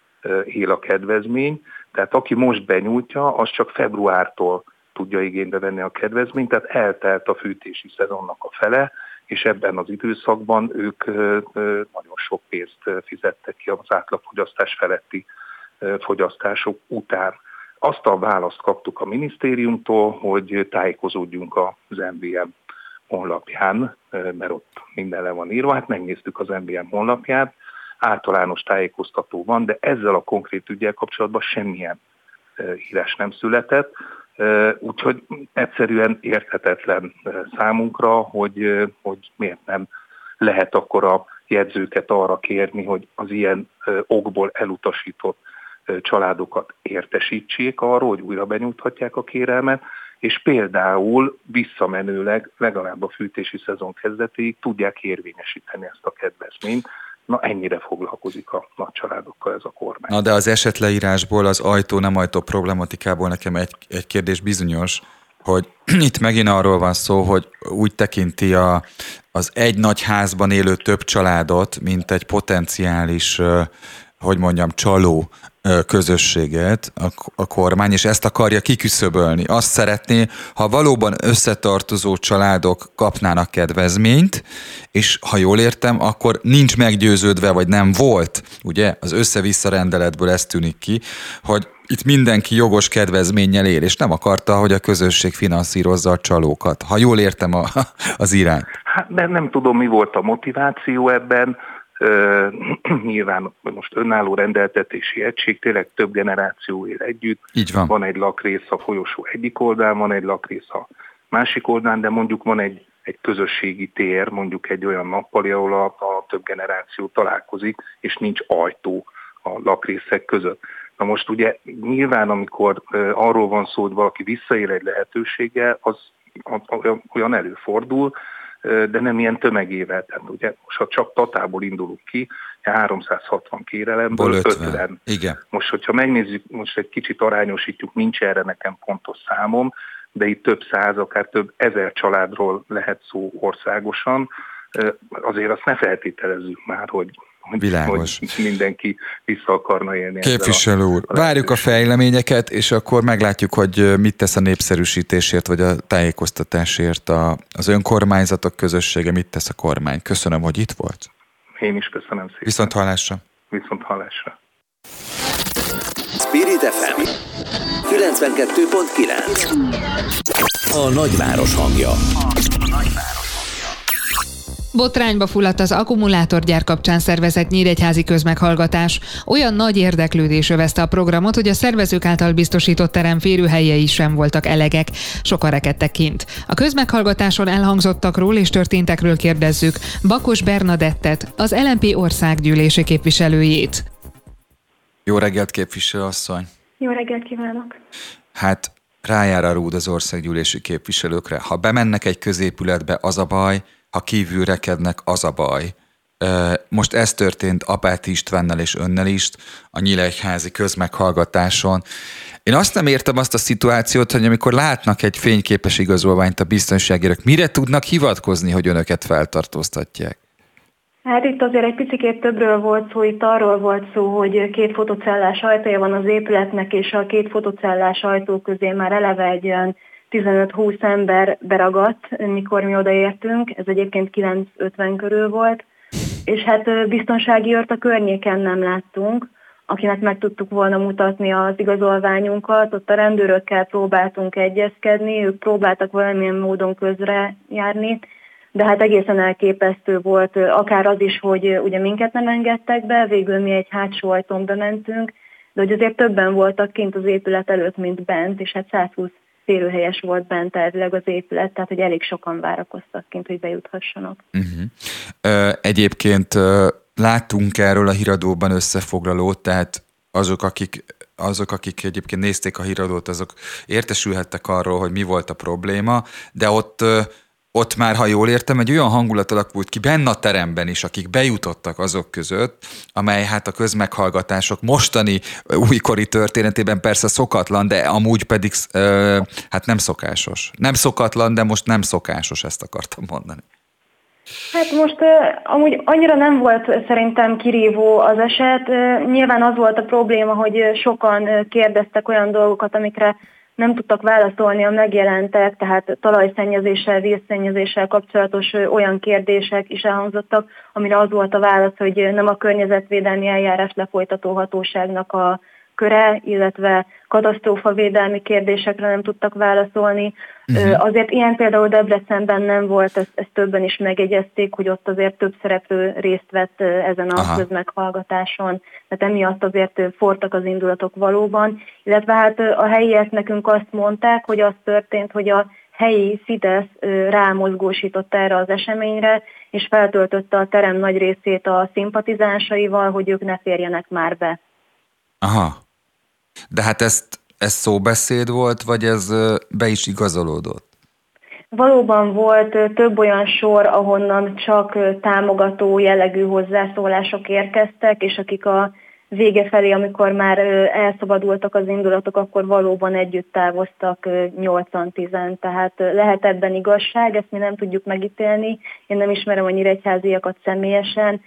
él a kedvezmény, tehát aki most benyújtja, az csak februártól tudja igénybe venni a kedvezményt, tehát eltelt a fűtési szezonnak a fele, és ebben az időszakban ők nagyon sok pénzt fizettek ki az átlagfogyasztás feletti fogyasztások után. Azt a választ kaptuk a minisztériumtól, hogy tájékozódjunk az MVM honlapján, mert ott minden le van írva. Hát megnéztük az MVM honlapját, általános tájékoztató van, de ezzel a konkrét üggyel kapcsolatban semmilyen írás nem született, úgyhogy egyszerűen érthetetlen számunkra, hogy miért nem lehet akkor a jegyzőket arra kérni, hogy az ilyen okból elutasított családokat értesítsék arról, hogy újra benyújthatják a kérelmet, és például visszamenőleg legalább a fűtési szezon kezdetéig tudják érvényesíteni ezt a kedvezményt. Na, ennyire foglalkozik a nagy családokkal ez a kormány. Na, de az esetleírásból, az ajtó-nem ajtó problematikából nekem egy kérdés bizonyos, hogy itt megint arról van szó, hogy úgy tekinti az egy nagy házban élő több családot, mint egy potenciális, csaló közösséget a kormány, és ezt akarja kiküszöbölni. Azt szeretné, ha valóban összetartozó családok kapnának kedvezményt, és ha jól értem, akkor nincs meggyőződve, vagy nem volt, ugye, az össze-vissza rendeletből ez tűnik ki, hogy itt mindenki jogos kedvezménnyel él, és nem akarta, hogy a közösség finanszírozza a csalókat. Ha jól értem az irányt. Hát nem tudom, mi volt a motiváció ebben. Nyilván most önálló rendeltetési egység, tényleg több generáció él együtt. Így van. Van egy lakrész a folyosó egyik oldalán, van egy lakrész a másik oldalán, de mondjuk van egy közösségi tér, mondjuk egy olyan nappali, ahol a több generáció találkozik, és nincs ajtó a lakrészek között. Na most ugye nyilván, amikor arról van szó, hogy valaki visszaél egy lehetőséggel, az olyan előfordul, de nem ilyen tömegével. Tehát ugye most ha csak Tatából indulunk ki, 360 kérelemből 50. Igen. Most, hogyha megnézzük, most egy kicsit arányosítjuk, nincs erre nekem pontos számom, de itt több száz, akár több ezer családról lehet szó országosan. Azért azt ne feltételezzük már, hogy mindenki vissza akarna élni. Képviselő úr, várjuk a fejleményeket, és akkor meglátjuk, hogy mit tesz a népszerűsítésért, vagy a tájékoztatásért az önkormányzatok közössége, mit tesz a kormány. Köszönöm, hogy itt volt. Én is köszönöm szépen. Viszonthallásra. Viszont hallásra. Spirit FM 92.9. A nagyváros hangja. Botrányba fulladt az akkumulátorgyár kapcsán szervezett nyíregyházi közmeghallgatás. Olyan nagy érdeklődés övezte a programot, hogy a szervezők által biztosított terem férőhelyei sem voltak elegek. Sokan rekedtek kint. A közmeghallgatáson elhangzottakról és történtekről kérdezzük Bakos Bernadettet, az LMP országgyűlési képviselőjét. Jó reggelt, képviselőasszony! Jó reggelt kívánok! Hát rájár a rúd az országgyűlési képviselőkre. Ha bemennek egy középületbe, az a baj, ha kívül rekednek, az a baj. Most ez történt Apáti Istvánnal és önnel is a nyíregyházi közmeghallgatáson. Én azt nem értem azt a szituációt, hogy amikor látnak egy fényképes igazolványt a biztonságérők, mire tudnak hivatkozni, hogy önöket feltartóztatják? Hát itt azért egy picikét többről volt szó, itt arról volt szó, hogy 2 fotocellás ajtója van az épületnek, és a 2 fotocellás ajtó közé már eleve egy olyan 15-20 ember beragadt, mikor mi odaértünk, ez egyébként 9:50 körül volt, és hát biztonsági őrt a környéken nem láttunk, akinek meg tudtuk volna mutatni az igazolványunkat, ott a rendőrökkel próbáltunk egyezkedni, ők próbáltak valamilyen módon közre járni, de hát egészen elképesztő volt, akár az is, hogy ugye minket nem engedtek be, végül mi egy hátsó ajtón bementünk, de hogy azért többen voltak kint az épület előtt, mint bent, és hát 120 férőhelyes volt bent elvileg az épület, tehát hogy elég sokan várakoztak kint, hogy bejuthassanak. Egyébként láttunk erről a híradóban összefoglalót, tehát azok, akik egyébként nézték a híradót, azok értesülhettek arról, hogy mi volt a probléma, de ott már, ha jól értem, egy olyan hangulat alakult ki benne a teremben is, akik bejutottak azok között, amely hát a közmeghallgatások mostani újkori történetében persze szokatlan, de amúgy pedig hát nem szokásos. Nem szokatlan, de most nem szokásos, ezt akartam mondani. Hát most amúgy annyira nem volt szerintem kirívó az eset. Nyilván az volt a probléma, hogy sokan kérdeztek olyan dolgokat, amikre nem tudtak válaszolni a megjelentek, tehát talajszennyezéssel, vízszennyezéssel kapcsolatos olyan kérdések is elhangzottak, amire az volt a válasz, hogy nem a környezetvédelmi eljárás lefolytató hatóságnak a köre, illetve katasztrófavédelmi kérdésekre nem tudtak válaszolni. Azért ilyen például Debrecenben nem volt, ezt többen is megjegyezték, hogy ott azért több szereplő részt vett ezen a közmeghallgatáson, tehát emiatt azért fortak az indulatok valóban, illetve hát a helyiek nekünk azt mondták, hogy az történt, hogy a helyi Fidesz rámozgósított erre az eseményre, és feltöltötte a terem nagy részét a szimpatizánsaival, hogy ők ne férjenek már be. Aha. De hát ez szóbeszéd volt, vagy ez be is igazolódott? Valóban volt több olyan sor, ahonnan csak támogató jellegű hozzászólások érkeztek, és akik a vége felé, amikor már elszabadultak az indulatok, akkor valóban együtt távoztak 8-10, tehát lehet ebben igazság, ezt mi nem tudjuk megítélni. Én nem ismerem a nyíregyháziakat személyesen,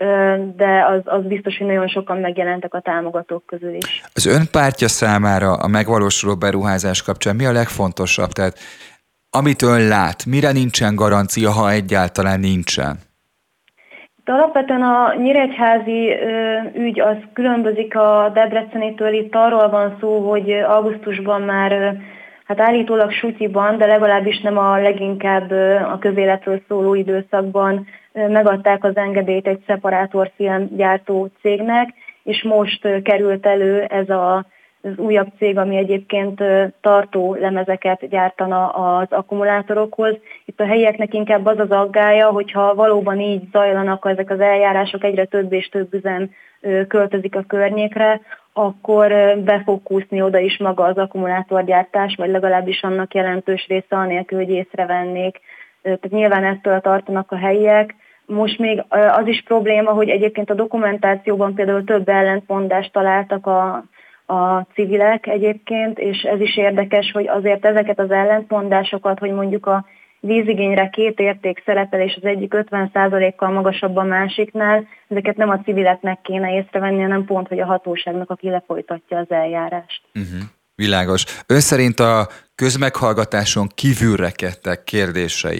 de az biztos, hogy nagyon sokan megjelentek a támogatók közül is. Az ön pártja számára a megvalósuló beruházás kapcsán mi a legfontosabb? Tehát amit ön lát, mire nincsen garancia, ha egyáltalán nincsen? De alapvetően a nyíregyházi ügy az különbözik a Debrecenétől. Itt arról van szó, hogy augusztusban már hát állítólag sutyiban, de legalábbis nem a leginkább a közéletről szóló időszakban megadták az engedélyt egy szeparátorfilm gyártó cégnek, és most került elő ez az újabb cég, ami egyébként tartó lemezeket gyártana az akkumulátorokhoz. Itt a helyieknek inkább az az aggája, hogyha valóban így zajlanak ezek az eljárások, egyre több és több üzem költözik a környékre, akkor be fog kúszni oda is maga az akkumulátorgyártás, vagy legalábbis annak jelentős része anélkül, hogy észrevennék. Tehát nyilván ettől tartanak a helyiek. Most még az is probléma, hogy egyébként a dokumentációban például több ellentmondást találtak a civilek egyébként, és ez is érdekes, hogy azért ezeket az ellentmondásokat, hogy mondjuk a vízigényre 2 érték szerepel, és az egyik 50%-kal magasabb a másiknál, ezeket nem a civileknek kéne észrevenni, hanem pont, hogy a hatóságnak, aki lefolytatja az eljárást. Világos. Ön szerint a közmeghallgatáson kívül rekedtek kérdéseit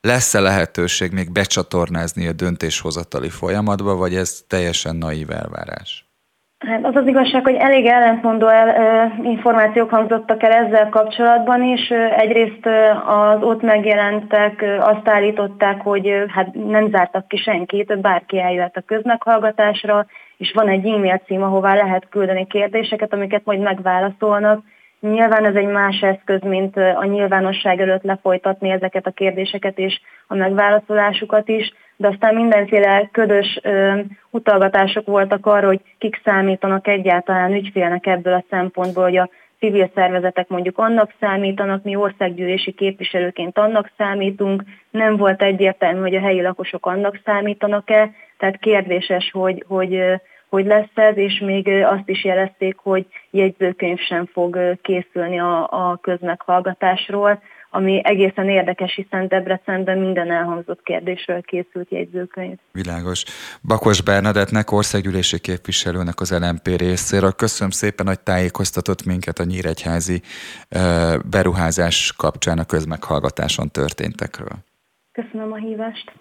lesz-e lehetőség még becsatornázni a döntéshozatali folyamatba, vagy ez teljesen naív elvárás? Hát az az igazság, hogy elég ellentmondó információk hangzottak el ezzel kapcsolatban is. Egyrészt az ott megjelentek azt állították, hogy hát nem zártak ki senkit, bárki eljöhet a közmeghallgatásra, és van egy e-mail cím, ahová lehet küldeni kérdéseket, amiket majd megválaszolnak. Nyilván ez egy más eszköz, mint a nyilvánosság előtt lefolytatni ezeket a kérdéseket és a megválaszolásukat is, de aztán mindenféle ködös utalgatások voltak arra, hogy kik számítanak egyáltalán ügyfélnek ebből a szempontból, hogy a civil szervezetek mondjuk annak számítanak, mi országgyűlési képviselőként annak számítunk, nem volt egyértelmű, hogy a helyi lakosok annak számítanak-e, tehát kérdéses, hogy lesz ez, és még azt is jelezték, hogy jegyzőkönyv sem fog készülni a közmeghallgatásról, ami egészen érdekes, hiszen Debrecenben minden elhangzott kérdésről készült jegyzőkönyv. Világos. Bakos Bernadettnek, országgyűlési képviselőnek az LMP részéről köszönöm szépen, hogy tájékoztatott minket a nyíregyházi beruházás kapcsán a közmeghallgatáson történtekről. Köszönöm a hívást.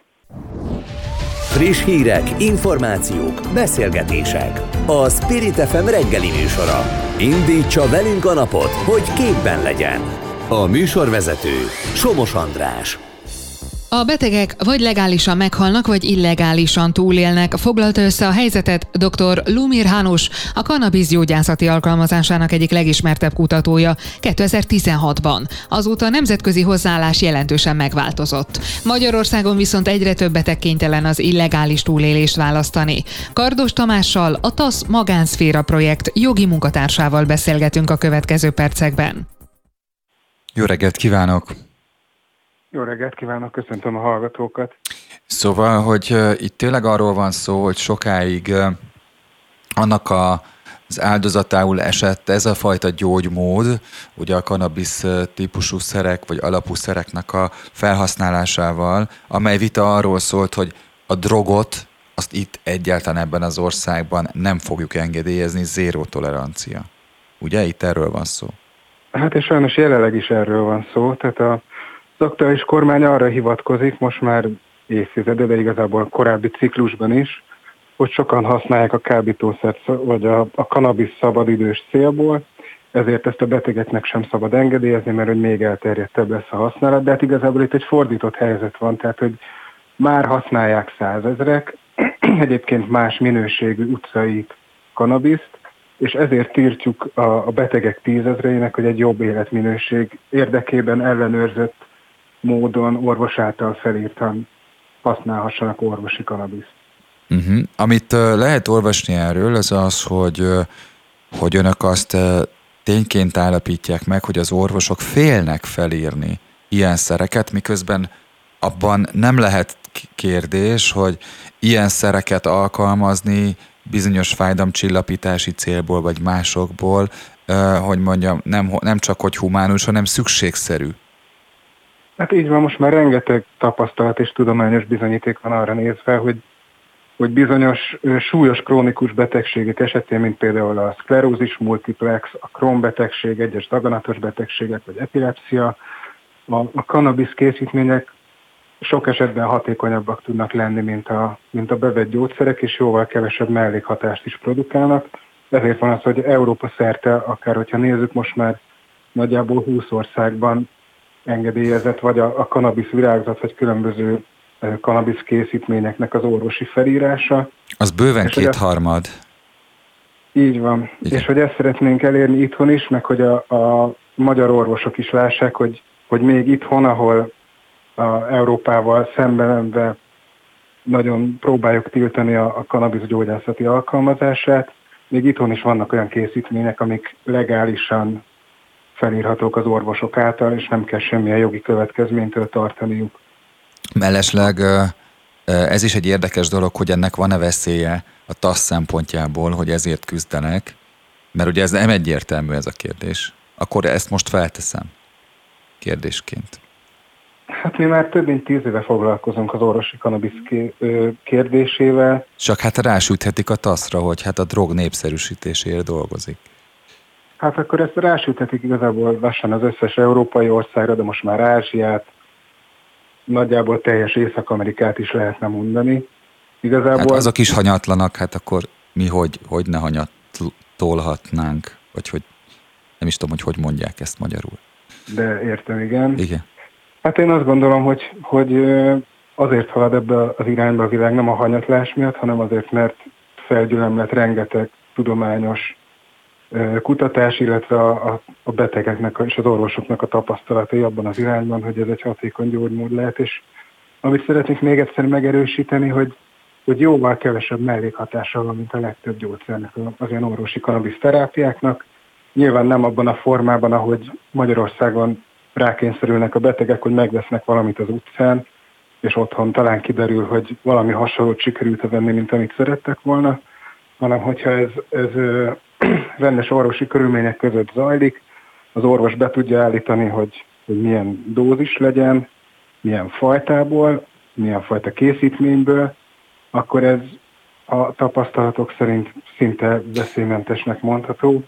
Friss hírek, információk, beszélgetések. A Spirit FM reggeli műsora. Indítsa velünk a napot, hogy képben legyen. A műsorvezető Somos András. A betegek vagy legálisan meghalnak, vagy illegálisan túlélnek. Foglalta össze a helyzetet dr. Lumir Hanus, a kannabisz gyógyászati alkalmazásának egyik legismertebb kutatója 2016-ban. Azóta a nemzetközi hozzáállás jelentősen megváltozott. Magyarországon viszont egyre több beteg kénytelen az illegális túlélést választani. Kardos Tamással, a TASZ Magánszféra projekt jogi munkatársával beszélgetünk a következő percekben. Jó reggelt kívánok! Jó reggelt kívánok, köszöntöm a hallgatókat. Szóval, hogy itt tényleg arról van szó, hogy sokáig annak az áldozatául esett ez a fajta gyógymód, ugye a kannabisz típusú szerek vagy alapú szereknek a felhasználásával, amely vita arról szólt, hogy a drogot, azt itt egyáltalán ebben az országban nem fogjuk engedélyezni, zéró tolerancia. Ugye itt erről van szó? Hát és sajnos jelenleg is erről van szó, tehát az aktuális kormány arra hivatkozik, most már évtizede, de igazából korábbi ciklusban is, hogy sokan használják a kábítószert, vagy a kannabisz szabadidős célból, ezért ezt a betegeknek sem szabad engedélyezni, mert hogy még elterjedtebb lesz a használat, de hát igazából itt egy fordított helyzet van, tehát hogy már használják százezrek, egyébként más minőségű utcai kannabiszt, és ezért tiltjuk a betegek tízezreinek, hogy egy jobb életminőség érdekében ellenőrzött módon orvos által felírtan használhassanak orvosi kannabiszt. Amit lehet olvasni erről, az az, hogy önök azt tényként állapítják meg, hogy az orvosok félnek felírni ilyen szereket, miközben abban nem lehet kérdés, hogy ilyen szereket alkalmazni bizonyos fájdalomcsillapítási célból, vagy másokból, hogy mondjam, nem csak hogy humánus, hanem szükségszerű. Hát így van, most már rengeteg tapasztalat és tudományos bizonyíték van arra nézve, hogy bizonyos súlyos krónikus betegségek esetén, mint például a szklerózis multiplex, a Crohn betegség, egyes daganatos betegségek, vagy epilepszia, a kannabisz készítmények sok esetben hatékonyabbak tudnak lenni, mint a bevett gyógyszerek, és jóval kevesebb mellékhatást is produkálnak. Ezért van az, hogy Európa szerte, akár hogyha nézzük, most már nagyjából 20 országban engedélyezett, vagy a kannabisz virágzat, vagy különböző kannabisz készítményeknek az orvosi felírása. Az bőven kétharmad. Így van. Igen. És hogy ezt szeretnénk elérni itthon is, meg hogy a magyar orvosok is lássák, hogy még itthon, ahol Európával szemben nagyon próbáljuk tiltani a kannabisz gyógyászati alkalmazását, még itthon is vannak olyan készítmények, amik legálisan felírhatók az orvosok által, és nem kell semmilyen jogi következménytől tartaniuk. Mellesleg ez is egy érdekes dolog, hogy ennek van-e veszélye a TASZ szempontjából, hogy ezért küzdenek, mert ugye ez nem egyértelmű ez a kérdés. Akkor ezt most felteszem kérdésként. Hát mi már több mint 10 éve foglalkozunk az orvosi kannabisz kérdésével. Csak hát rásüthetik a TASZ-ra, hogy hát a drog népszerűsítéséért dolgozik. Hát akkor ezt rásüthetik igazából lassan az összes európai országra, de most már Ázsiát, nagyjából teljes Észak-Amerikát is lehetne mondani. Igazából... Hát azok is hanyatlanak, hát akkor mi hogy ne hanyattolhatnánk, vagy hogy nem is tudom, hogy mondják ezt magyarul. De értem, igen. Igen. Hát én azt gondolom, hogy azért halad ebbe az irányba a világ, nem a hanyatlás miatt, hanem azért, mert felgyülemlett rengeteg tudományos kutatás, illetve a betegeknek és az orvosoknak a tapasztalatai abban az irányban, hogy ez egy hatékony gyógymód lehet, és amit szeretnék még egyszer megerősíteni, hogy jóval kevesebb mellékhatása van, mint a legtöbb gyógyszernek, az ilyen orvosi kannabisz terápiáknak. Nyilván nem abban a formában, ahogy Magyarországon rákényszerülnek a betegek, hogy megvesznek valamit az utcán, és otthon talán kiderül, hogy valami hasonlót sikerült venni, mint amit szerettek volna, hanem hogyha ez rendes orvosi körülmények között zajlik, az orvos be tudja állítani, hogy milyen dózis legyen, milyen fajtából, milyen fajta készítményből, akkor ez a tapasztalatok szerint szinte veszélymentesnek mondható,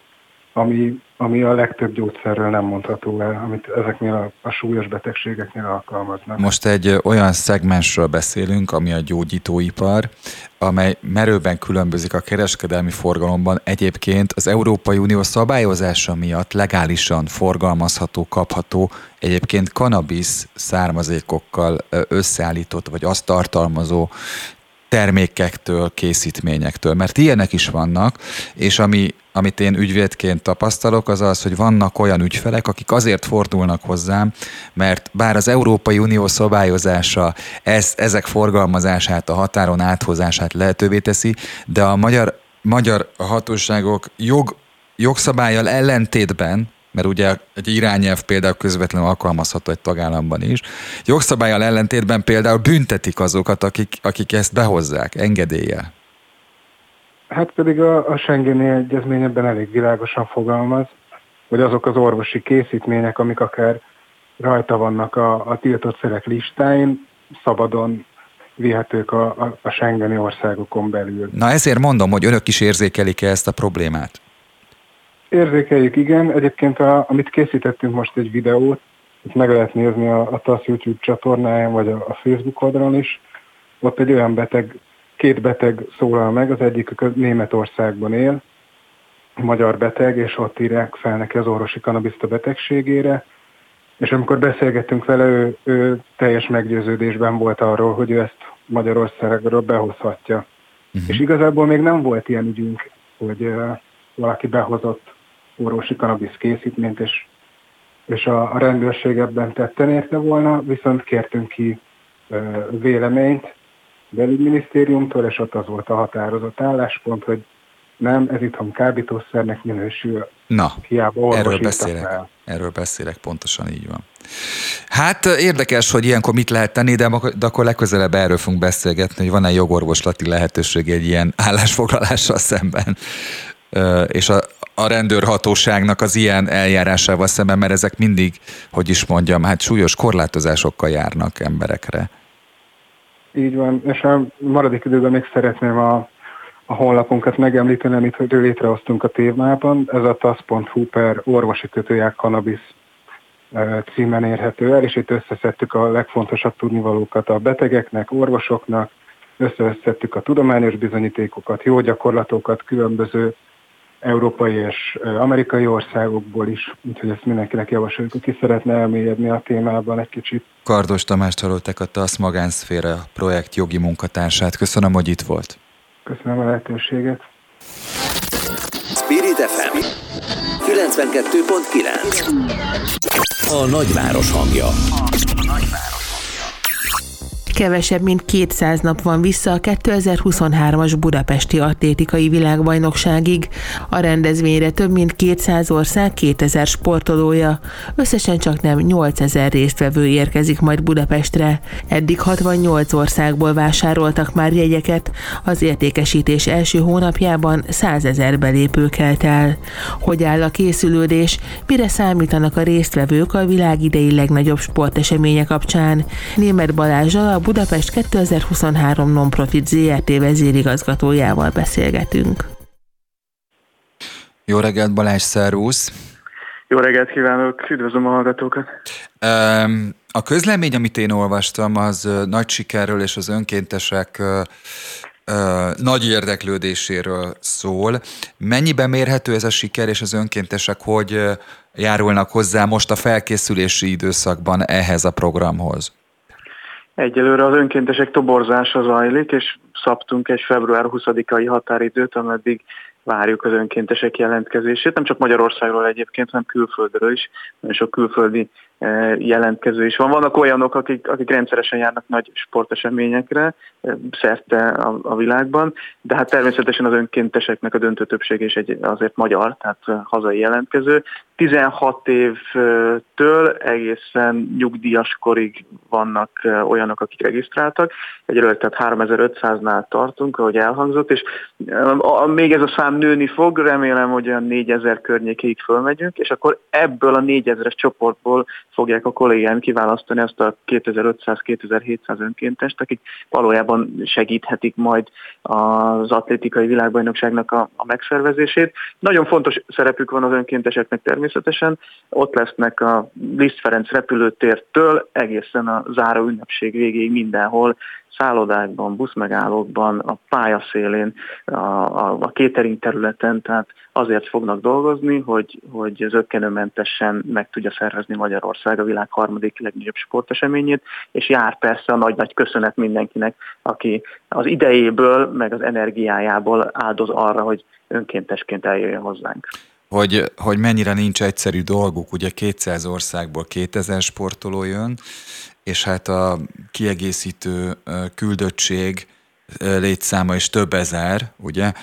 ami a legtöbb gyógyszerről nem mondható el, amit ezeknél a súlyos betegségeknél alkalmaznak. Most egy olyan szegmensről beszélünk, ami a gyógyítóipar, amely merőben különbözik a kereskedelmi forgalomban. Egyébként az Európai Unió szabályozása miatt legálisan forgalmazható, kapható, egyébként kannabisz származékokkal összeállított, vagy azt tartalmazó termékektől, készítményektől, mert ilyenek is vannak, és amit én ügyvédként tapasztalok, az az, hogy vannak olyan ügyfelek, akik azért fordulnak hozzám, mert bár az Európai Unió szabályozása ezek forgalmazását, a határon áthozását lehetővé teszi, de a magyar hatóságok jogszabállyal ellentétben, mert ugye egy irányelv például közvetlenül alkalmazható egy tagállamban is, jogszabállyal ellentétben például büntetik azokat, akik ezt behozzák engedéllyel. Hát pedig a Schengeni Egyezmény ebben elég világosan fogalmaz, hogy azok az orvosi készítmények, amik akár rajta vannak a tiltott szerek listáin, szabadon vihetők a Schengeni országokon belül. Na ezért mondom, hogy önök is érzékelik-e ezt a problémát? Érzékeljük, igen. Egyébként amit készítettünk most egy videót, itt meg lehet nézni a TASZ YouTube csatornáján, vagy a Facebook oldalon is. Ott egy olyan két beteg szólal meg, az egyik Németországban él, magyar beteg, és ott írják fel neki az orvosi kannabiszt a betegségére, és amikor beszélgettünk vele, ő teljes meggyőződésben volt arról, hogy ő ezt Magyarországról behozhatja. És igazából még nem volt ilyen ügyünk, hogy valaki behozott orvosi kannabisz készítményt, és a rendőrség ebben tetten érte volna, viszont kértünk ki véleményt belügyminisztériumtól, és ott az volt a határozott álláspont, hogy nem, ez itthon kábítószernek minősül. Na, hiába erről beszélek, pontosan így van. Hát érdekes, hogy ilyenkor mit lehet tenni, de akkor legközelebb erről fogunk beszélgetni, hogy van-e jogorvoslati lehetőség egy ilyen állásfoglalással szemben, és a rendőrhatóságnak az ilyen eljárásával szemben, mert ezek mindig, hogy is mondjam, hát súlyos korlátozásokkal járnak emberekre. Így van, és a maradék időben még szeretném a honlapunkat megemlíteni, amit létrehoztunk a témában. Ez a tasz.hu/orvosi-kannabisz címen érhető el, és itt összeszedtük a legfontosabb tudnivalókat a betegeknek, orvosoknak, összeszedtük a tudományos bizonyítékokat, jó gyakorlatokat, különböző európai és amerikai országokból is, úgyhogy ezt mindenkinek javasoljuk, aki szeretne elmélyedni a témában egy kicsit. Kardos Tamást hallották, a TASZ Magánszféra projekt jogi munkatársát. Köszönöm, hogy itt volt. Köszönöm a lehetőséget. Spirit FM 92.9. A nagyváros hangja. Kevesebb mint 200 nap van vissza a 2023-as budapesti atlétikai világbajnokságig. A rendezvényre több mint 200 ország 2000 sportolója. Összesen csaknem 8000 résztvevő érkezik majd Budapestre. Eddig 68 országból vásároltak már jegyeket. Az értékesítés első hónapjában 100 000 belépő kelt el. Hogy áll a készülődés? Mire számítanak a résztvevők a világ idei legnagyobb sporteseménye kapcsán? Németh Balázssal, a Budapest 2023 Non-Profit ZRT vezérigazgatójával beszélgetünk. Jó reggelt, Balázs, szervusz! Jó reggelt kívánok, üdvözlöm a hallgatókat! A közlemény, amit én olvastam, az nagy sikerről és az önkéntesek nagy érdeklődéséről szól. Mennyiben mérhető ez a siker, és az önkéntesek hogy járulnak hozzá most a felkészülési időszakban ehhez a programhoz? Egyelőre az önkéntesek toborzása zajlik, és szabtunk egy február 20-ai határidőt, ameddig várjuk az önkéntesek jelentkezését. Nem csak Magyarországról egyébként, hanem külföldről is. Nagyon sok külföldi jelentkező is van. Vannak olyanok, akik rendszeresen járnak nagy sporteseményekre szerte a világban, de hát természetesen az önkénteseknek a döntő többsége is azért magyar, tehát hazai jelentkező. 16 évtől egészen nyugdíjas korig vannak olyanok, akik regisztráltak. Egyelőre tehát 3500-nál tartunk, ahogy elhangzott, és még ez a szám nőni fog, remélem, hogy olyan 4000 környékéig fölmegyünk, és akkor ebből a 4000-es csoportból fogják a kollégáim kiválasztani azt a 2500-2700 önkéntest, akik valójában segíthetik majd az atlétikai világbajnokságnak a megszervezését. Nagyon fontos szerepük van az önkénteseknek természetesen. Ott lesznek a Liszt Ferenc repülőtértől egészen a záró ünnepség végéig mindenhol, szállodákban, buszmegállókban, a pályaszélén, a catering területen, tehát azért fognak dolgozni, hogy zökkenőmentesen meg tudja szervezni Magyarország a világ harmadik legnagyobb sporteseményét, és jár persze a nagy-nagy köszönet mindenkinek, aki az idejéből, meg az energiájából áldoz arra, hogy önkéntesként eljöjjön hozzánk. Hogy mennyire nincs egyszerű dolguk, ugye 200 országból 2000 sportoló jön, és hát a kiegészítő küldöttség létszáma is több ezer, ugye?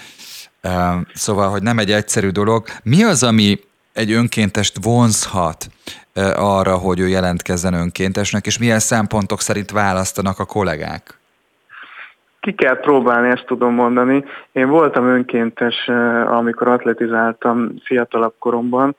Szóval, hogy nem egy egyszerű dolog. Mi az, ami egy önkéntest vonzhat arra, hogy ő jelentkezzen önkéntesnek, és milyen szempontok szerint választanak a kollégák? Ki kell próbálni, ezt tudom mondani. Én voltam önkéntes, amikor atletizáltam fiatalabb koromban,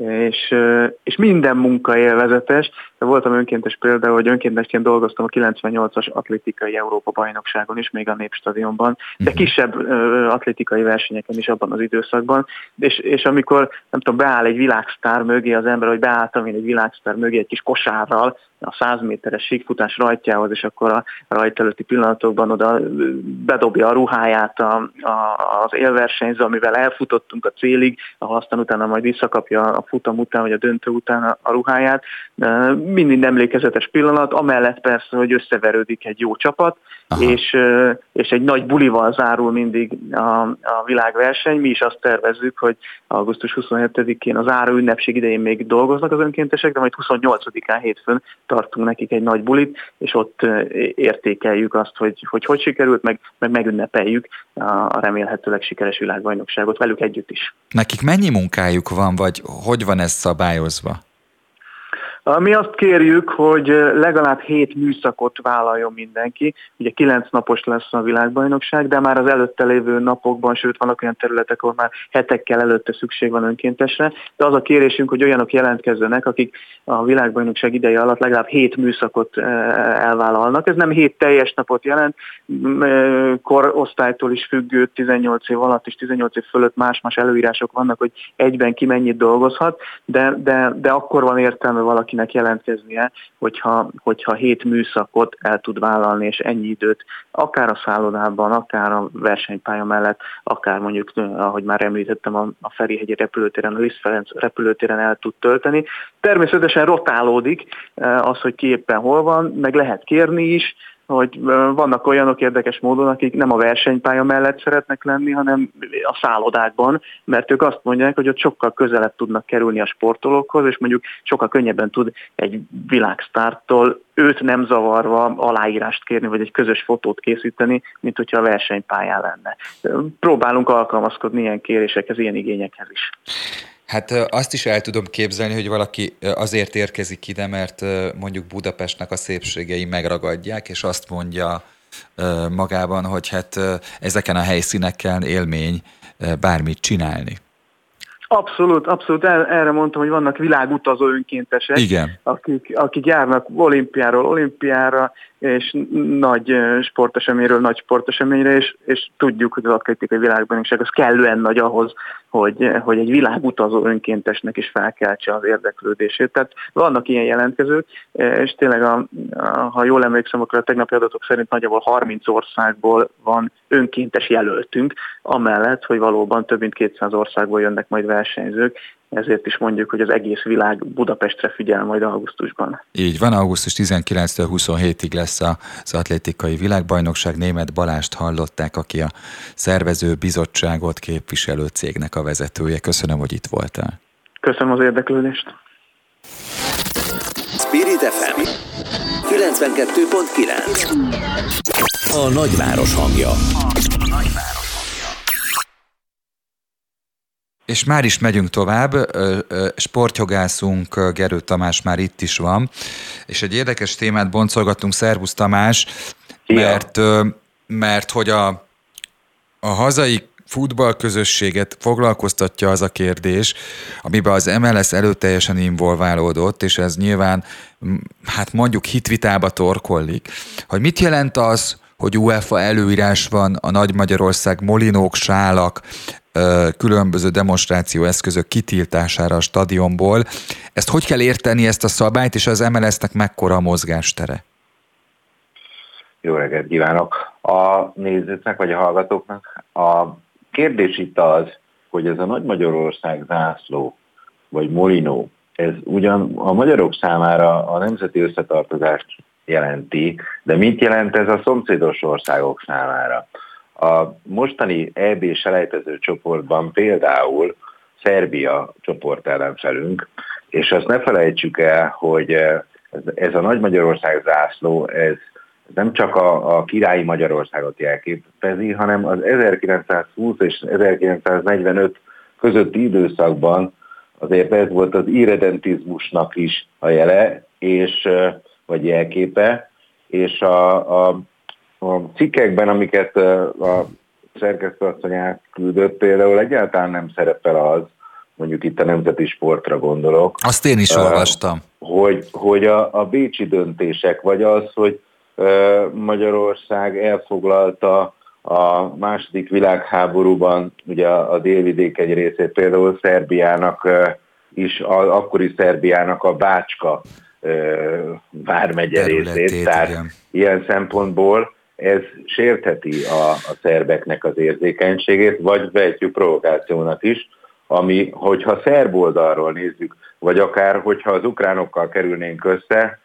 és minden munka élvezetes. De voltam önkéntes például, hogy önkéntesként dolgoztam a 98-as atlétikai Európa-bajnokságon is, még a Népstadionban, de kisebb atlétikai versenyeken is abban az időszakban. És amikor, nem tudom, beáll egy világsztár mögé az ember, hogy beálltam én egy világsztár mögé egy kis kosárral, a 100 méteres síkfutás rajtjához, és akkor a rajt előtti pillanatokban oda bedobja a ruháját az élversenyző, amivel elfutottunk a célig, ahol aztán utána majd visszakapja a futam után, vagy a döntő után a ruháját. Mind emlékezetes pillanat, amellett persze, hogy összeverődik egy jó csapat, és egy nagy bulival zárul mindig a világverseny. Mi is azt tervezzük, hogy augusztus 27-én az záró ünnepség idején még dolgoznak az önkéntesek, de majd 28-án hétfőn tartunk nekik egy nagy bulit, és ott értékeljük azt, hogy sikerült, meg megünnepeljük a remélhetőleg sikeres világbajnokságot velük együtt is. Nekik mennyi munkájuk van, vagy hogy van ez szabályozva? Mi azt kérjük, hogy legalább 7 műszakot vállaljon mindenki. Ugye 9 napos lesz a világbajnokság, de már az előtte lévő napokban, sőt vannak olyan területek, ahol már hetekkel előtte szükség van önkéntesre. De az a kérésünk, hogy olyanok jelentkezzenek, akik a világbajnokság ideje alatt legalább 7 műszakot elvállalnak. Ez nem 7 teljes napot jelent, korosztálytól is függő, 18 év alatt és 18 év fölött más-más előírások vannak, hogy egyben ki mennyit dolgozhat, de akkor van értelme valakinek jelentkeznie, hogyha 7 műszakot el tud vállalni, és ennyi időt akár a szállodában, akár a versenypálya mellett, akár mondjuk, ahogy már említettem, a Ferihegyi repülőtéren, a Liszt Ferenc repülőtéren el tud tölteni. Természetesen rotálódik az, hogy ki éppen hol van, meg lehet kérni is, hogy vannak olyanok érdekes módon, akik nem a versenypálya mellett szeretnek lenni, hanem a szállodákban, mert ők azt mondják, hogy ott sokkal közelebb tudnak kerülni a sportolókhoz, és mondjuk sokkal könnyebben tud egy világsztártól őt nem zavarva aláírást kérni, vagy egy közös fotót készíteni, mint hogyha a versenypályán lenne. Próbálunk alkalmazkodni ilyen kérésekhez, ilyen igényekhez is. Hát azt is el tudom képzelni, hogy valaki azért érkezik ide, mert mondjuk Budapestnek a szépségei megragadják, és azt mondja magában, hogy hát ezeken a helyszíneken élmény bármit csinálni. Abszolút. Erre mondtam, hogy vannak világutazó önkéntesek, akik járnak olimpiáról olimpiára, és nagy sporteseményről nagy sporteseményre, és tudjuk, hogy az atlétikai világbajnokság az kellően nagy ahhoz, hogy egy világutazó önkéntesnek is felkeltse az érdeklődését. Tehát vannak ilyen jelentkezők, és tényleg, ha jól emlékszem, akkor a tegnapi adatok szerint nagyjából 30 országból van önkéntes jelöltünk, amellett, hogy valóban több mint 200 országból jönnek majd versenyzők, ezért is mondjuk, hogy az egész világ Budapestre figyel majd augusztusban. Így van, augusztus 19-től 27-ig lesz az atlétikai világbajnokság. Németh Balást hallották, aki a szervező bizottságot képviselő cégnek a vezetője. Köszönöm, hogy itt voltál. Köszönöm az érdeklődést. Spirit FM 92.9. A nagyváros hangja. És már is megyünk tovább, sportjogászunk Gerő Tamás már itt is van, és egy érdekes témát boncolgattunk. Szervusz Tamás, mert hogy a hazai futballközösséget foglalkoztatja az a kérdés, amiben az MLS előteljesen involválódott, és ez nyilván, hát mondjuk hitvitába torkollik, hogy mit jelent az, hogy UEFA előírás van a Nagy Magyarország molinók, sálak, különböző demonstrációeszközök kitiltására a stadionból. Ezt hogy kell érteni, ezt a szabályt, és az MLS-nek mekkora a mozgástere? Jó reggelt kívánok a nézőknek, vagy a hallgatóknak. A kérdés itt az, hogy ez a Nagy Magyarország zászló, vagy molinó, ez ugyan a magyarok számára a nemzeti összetartozást jelenti, de mit jelent ez a szomszédos országok számára? A mostani EB selejtező csoportban például Szerbia csoportellenfelünk, és azt ne felejtsük el, hogy ez a Nagy Magyarország zászló, ez nem csak a királyi Magyarországot jelképezi, hanem az 1920 és 1945 közötti időszakban azért ez volt az irredentizmusnak is a jele, vagy jelképe, és a cikkekben, amiket a szerkesztőasszony átküldött, például egyáltalán nem szerepel az, mondjuk itt a nemzeti sportra gondolok. Azt én is olvastam. Hogy a bécsi döntések, vagy az, hogy Magyarország elfoglalta a második világháborúban ugye a délvidék egy részét, például Szerbiának is, akkori Szerbiának a Bácska vármegye részét. Tehát ilyen szempontból ez sértheti a szerbeknek az érzékenységét, vagy vehetjük provokációnak is, ami, hogyha szerb oldalról nézzük, vagy akár, hogyha az ukránokkal kerülnénk össze,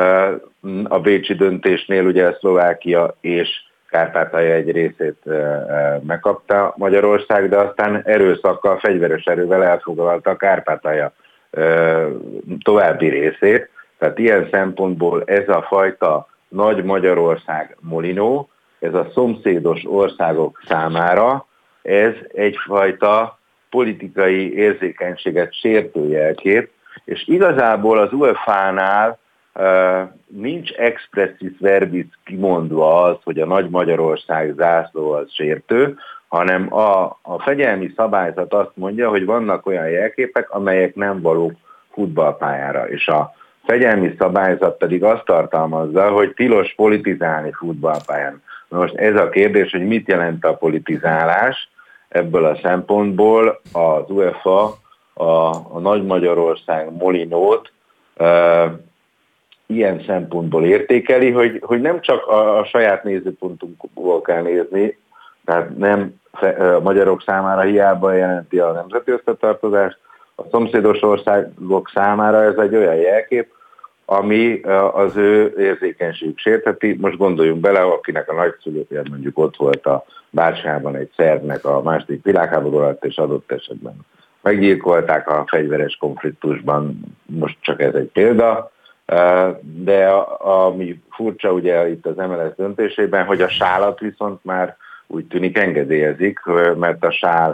a bécsi döntésnél ugye Szlovákia és Kárpátalja egy részét megkapta Magyarország, de aztán erőszakkal, fegyveres erővel elfoglalta a Kárpátalja további részét. Tehát ilyen szempontból ez a fajta Nagy Magyarország molinó, ez a szomszédos országok számára, ez egyfajta politikai érzékenységet sértő jelkép, és igazából az UEFA-nál nincs expressis verbis kimondva az, hogy a Nagy Magyarország zászló az sértő, hanem a fegyelmi szabályzat azt mondja, hogy vannak olyan jelképek, amelyek nem valók futballpályára, és a fegyelmi szabályzat pedig azt tartalmazza, hogy tilos politizálni futballpályán. Most ez a kérdés, hogy mit jelent a politizálás, ebből a szempontból az UEFA a Nagy Magyarország molinót ilyen szempontból értékeli, hogy nem csak a saját nézőpontunkból kell nézni, tehát nem a magyarok számára hiába jelenti a nemzeti összetartozást, a szomszédos országok számára ez egy olyan jelkép, ami az ő érzékenységük sértheti. Most gondoljunk bele, akinek a nagyszülője mondjuk ott volt a Bácsában egy szerbnek a második világháború alatt, és adott esetben meggyilkolták a fegyveres konfliktusban, most csak ez egy példa, de ami furcsa ugye itt az MLS döntésében, hogy a sálat viszont már úgy tűnik engedélyezik, mert a sál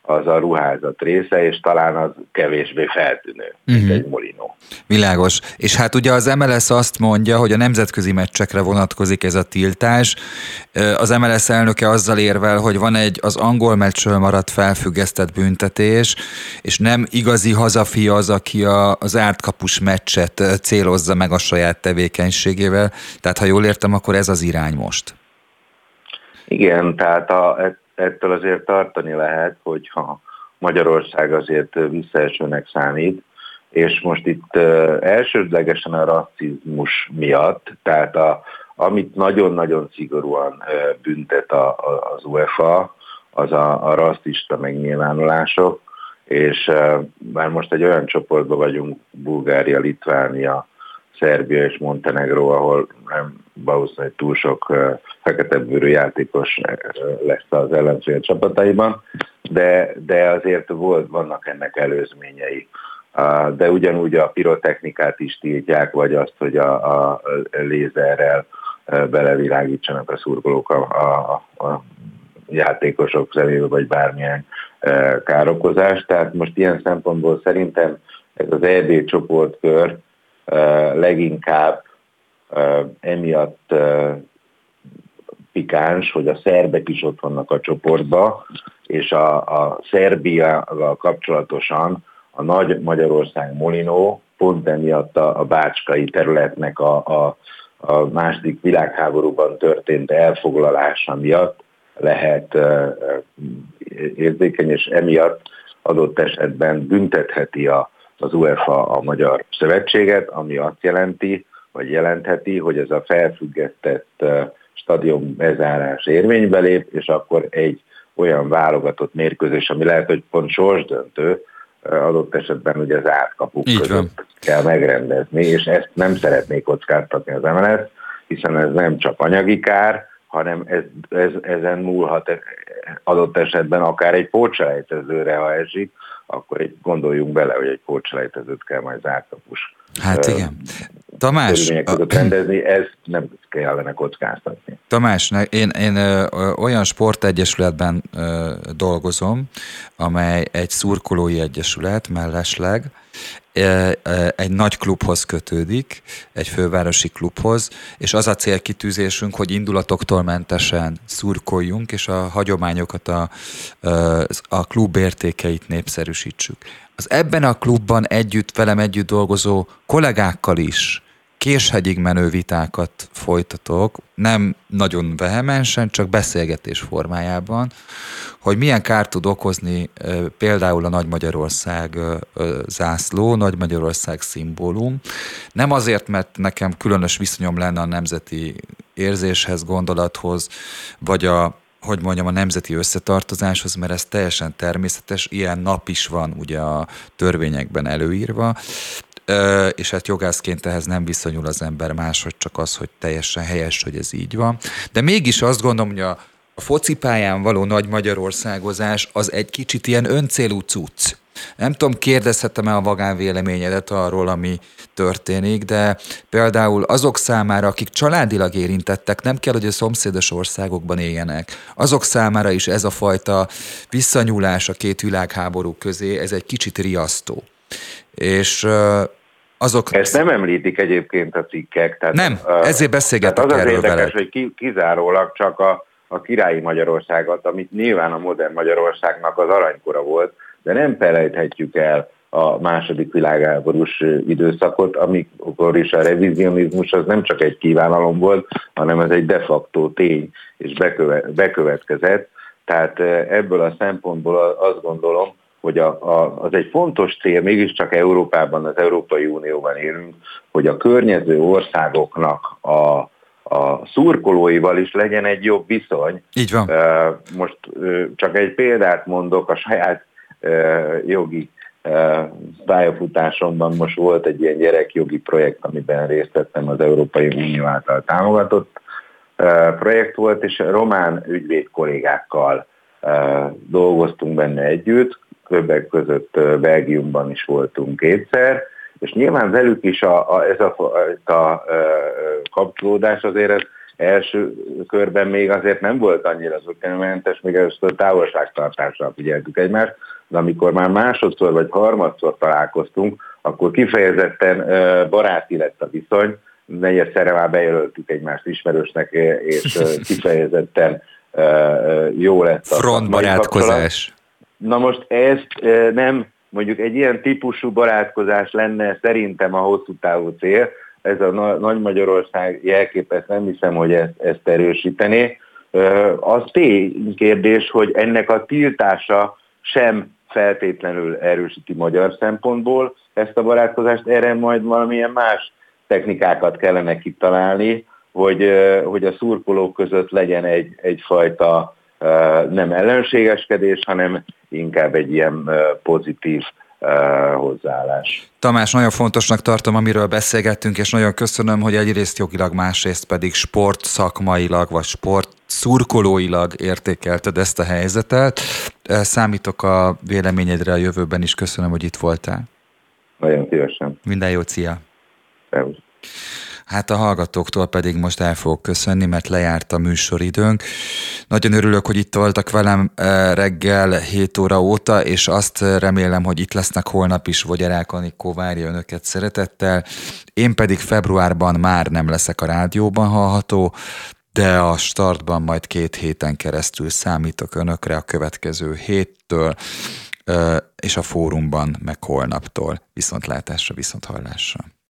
az a ruházat része, és talán az kevésbé feltűnő, mint egy molinó. Világos. És hát ugye az MLS azt mondja, hogy a nemzetközi meccsekre vonatkozik ez a tiltás. Az MLS elnöke azzal érvel, hogy van az angol meccsről maradt felfüggesztett büntetés, és nem igazi hazafi az, aki az ártkapus meccset célozza meg a saját tevékenységével. Tehát ha jól értem, akkor ez az irány most. Igen, tehát ettől azért tartani lehet, hogyha Magyarország azért visszaesőnek számít, és most itt elsődlegesen a rasszizmus miatt, tehát amit nagyon-nagyon szigorúan büntet az UEFA, az a rasszista megnyilvánulások, és már most egy olyan csoportban vagyunk, Bulgária, Litvánia, Szerbia és Montenegró, ahol nem valószínűleg túl sok feketebőrű játékos lesz az ellenfél csapataiban, de azért vannak ennek előzményei. De ugyanúgy a pirotechnikát is tiltják, vagy azt, hogy a lézerrel belevilágítsanak a szurkolók a játékosok szemébe, vagy bármilyen károkozás. Tehát most ilyen szempontból szerintem ez az EB csoportkör leginkább emiatt pikáns, hogy a szerbek is ott vannak a csoportba, és a Szerbiával kapcsolatosan a nagy Magyarország Molinó pont emiatt a bácskai területnek a második világháborúban történt elfoglalása miatt lehet érzékeny, és emiatt adott esetben büntetheti az UEFA a Magyar Szövetséget, ami azt jelenti, vagy jelentheti, hogy ez a felfüggesztett stadion bezárás érvénybe lép, és akkor egy olyan válogatott mérkőzés, ami lehet, hogy pont sorsdöntő, adott esetben ugye az átkapuk között kell megrendezni, és ezt nem szeretnék kockáztatni az MLS, hiszen ez nem csak anyagi kár, hanem ezen múlhat adott esetben akár egy pótselejtezőre, ha esik, akkor gondoljunk bele, hogy egy pótselejtezőt kell majd zárkapus. Hát igen. Tamás, rendezni, ez nem kellene kockáztatni. Tamás, én olyan sportegyesületben dolgozom, amely egy szurkolói egyesület mellesleg, egy nagy klubhoz kötődik, egy fővárosi klubhoz, és az a célkitűzésünk, hogy indulatoktól mentesen szurkoljunk, és a hagyományokat, a klub értékeit népszerűsítsük. Az ebben a klubban velem együtt dolgozó kollégákkal is késhegyig menő vitákat folytatok, nem nagyon vehemensen, csak beszélgetés formájában, hogy milyen kárt tud okozni például a Nagy Magyarország zászló, Nagy Magyarország szimbólum. Nem azért, mert nekem különös viszonyom lenne a nemzeti érzéshez, gondolathoz, vagy a nemzeti összetartozáshoz, mert ez teljesen természetes, ilyen nap is van ugye a törvényekben előírva, és hát jogászként ehhez nem viszonyul az ember máshogy, csak az, hogy teljesen helyes, hogy ez így van. De mégis azt gondolom, hogy a focipályán való Nagy Magyarországozás az egy kicsit ilyen öncélú cucc. Nem tudom, kérdezhetem-e a magánvéleményedet arról, ami történik, de például azok számára, akik családilag érintettek, nem kell, hogy a szomszédos országokban éljenek. Azok számára is ez a fajta visszanyúlás a két világháború közé, ez egy kicsit riasztó. És ezt nem említik egyébként a cikkek. Tehát nem, ezért beszélgetek erről veled. Az érdekes, hogy kizárólag csak a királyi Magyarországot, amit nyilván a modern Magyarországnak az aranykora volt, de nem felejthetjük el a második világháborús időszakot, amikor is a revizionizmus az nem csak egy kívánalom volt, hanem ez egy de facto tény, és bekövetkezett. Tehát ebből a szempontból azt gondolom, hogy az egy fontos cél, mégiscsak Európában, az Európai Unióban élünk, hogy a környező országoknak a szurkolóival is legyen egy jobb viszony. Így van. Most csak egy példát mondok, a saját jogi pályafutásomban most volt egy ilyen gyerekjogi projekt, amiben részt vettem, az Európai Unió által támogatott projekt volt, és román ügyvéd kollégákkal dolgoztunk benne együtt, többek között Belgiumban is voltunk kétszer, és nyilván velük is ez a kapcsolódás azért első körben még azért nem volt annyira zökkenőmentes, még először távolságtartással figyeltük egymást, de amikor már másodszor vagy harmadszor találkoztunk, akkor kifejezetten baráti lett a viszony, negyedszerre már bejelöltük egymást ismerősnek, és kifejezetten jó lett a frontbarátkozás. Na most ez nem, mondjuk egy ilyen típusú barátkozás lenne szerintem a hosszú távú cél, ez a Nagy Magyarország jelkép, ezt nem hiszem, hogy ezt erősítené. Az ténykérdés, hogy ennek a tiltása sem feltétlenül erősíti magyar szempontból ezt a barátkozást, erre majd valamilyen más technikákat kellene kitalálni, hogy a szurkolók között legyen egyfajta nem ellenségeskedés, hanem inkább egy ilyen pozitív hozzáállás. Tamás, nagyon fontosnak tartom, amiről beszélgettünk, és nagyon köszönöm, hogy egyrészt jogilag, másrészt pedig sportszakmailag, vagy sportszurkolóilag értékelted ezt a helyzetet. Számítok a véleményedre a jövőben is, köszönöm, hogy itt voltál. Nagyon szívesen. Minden jót, szia! Szervusz. Hát a hallgatóktól pedig most el fogok köszönni, mert lejárt a műsoridőnk. Nagyon örülök, hogy itt voltak velem reggel 7 óra óta, és azt remélem, hogy itt lesznek holnap is. Vogyarák Anikó várja önöket szeretettel. Én pedig februárban már nem leszek a rádióban hallható, de a startban majd 2 héten keresztül számítok önökre a következő héttől, és a fórumban meg holnaptól. Viszontlátásra, viszonthallásra.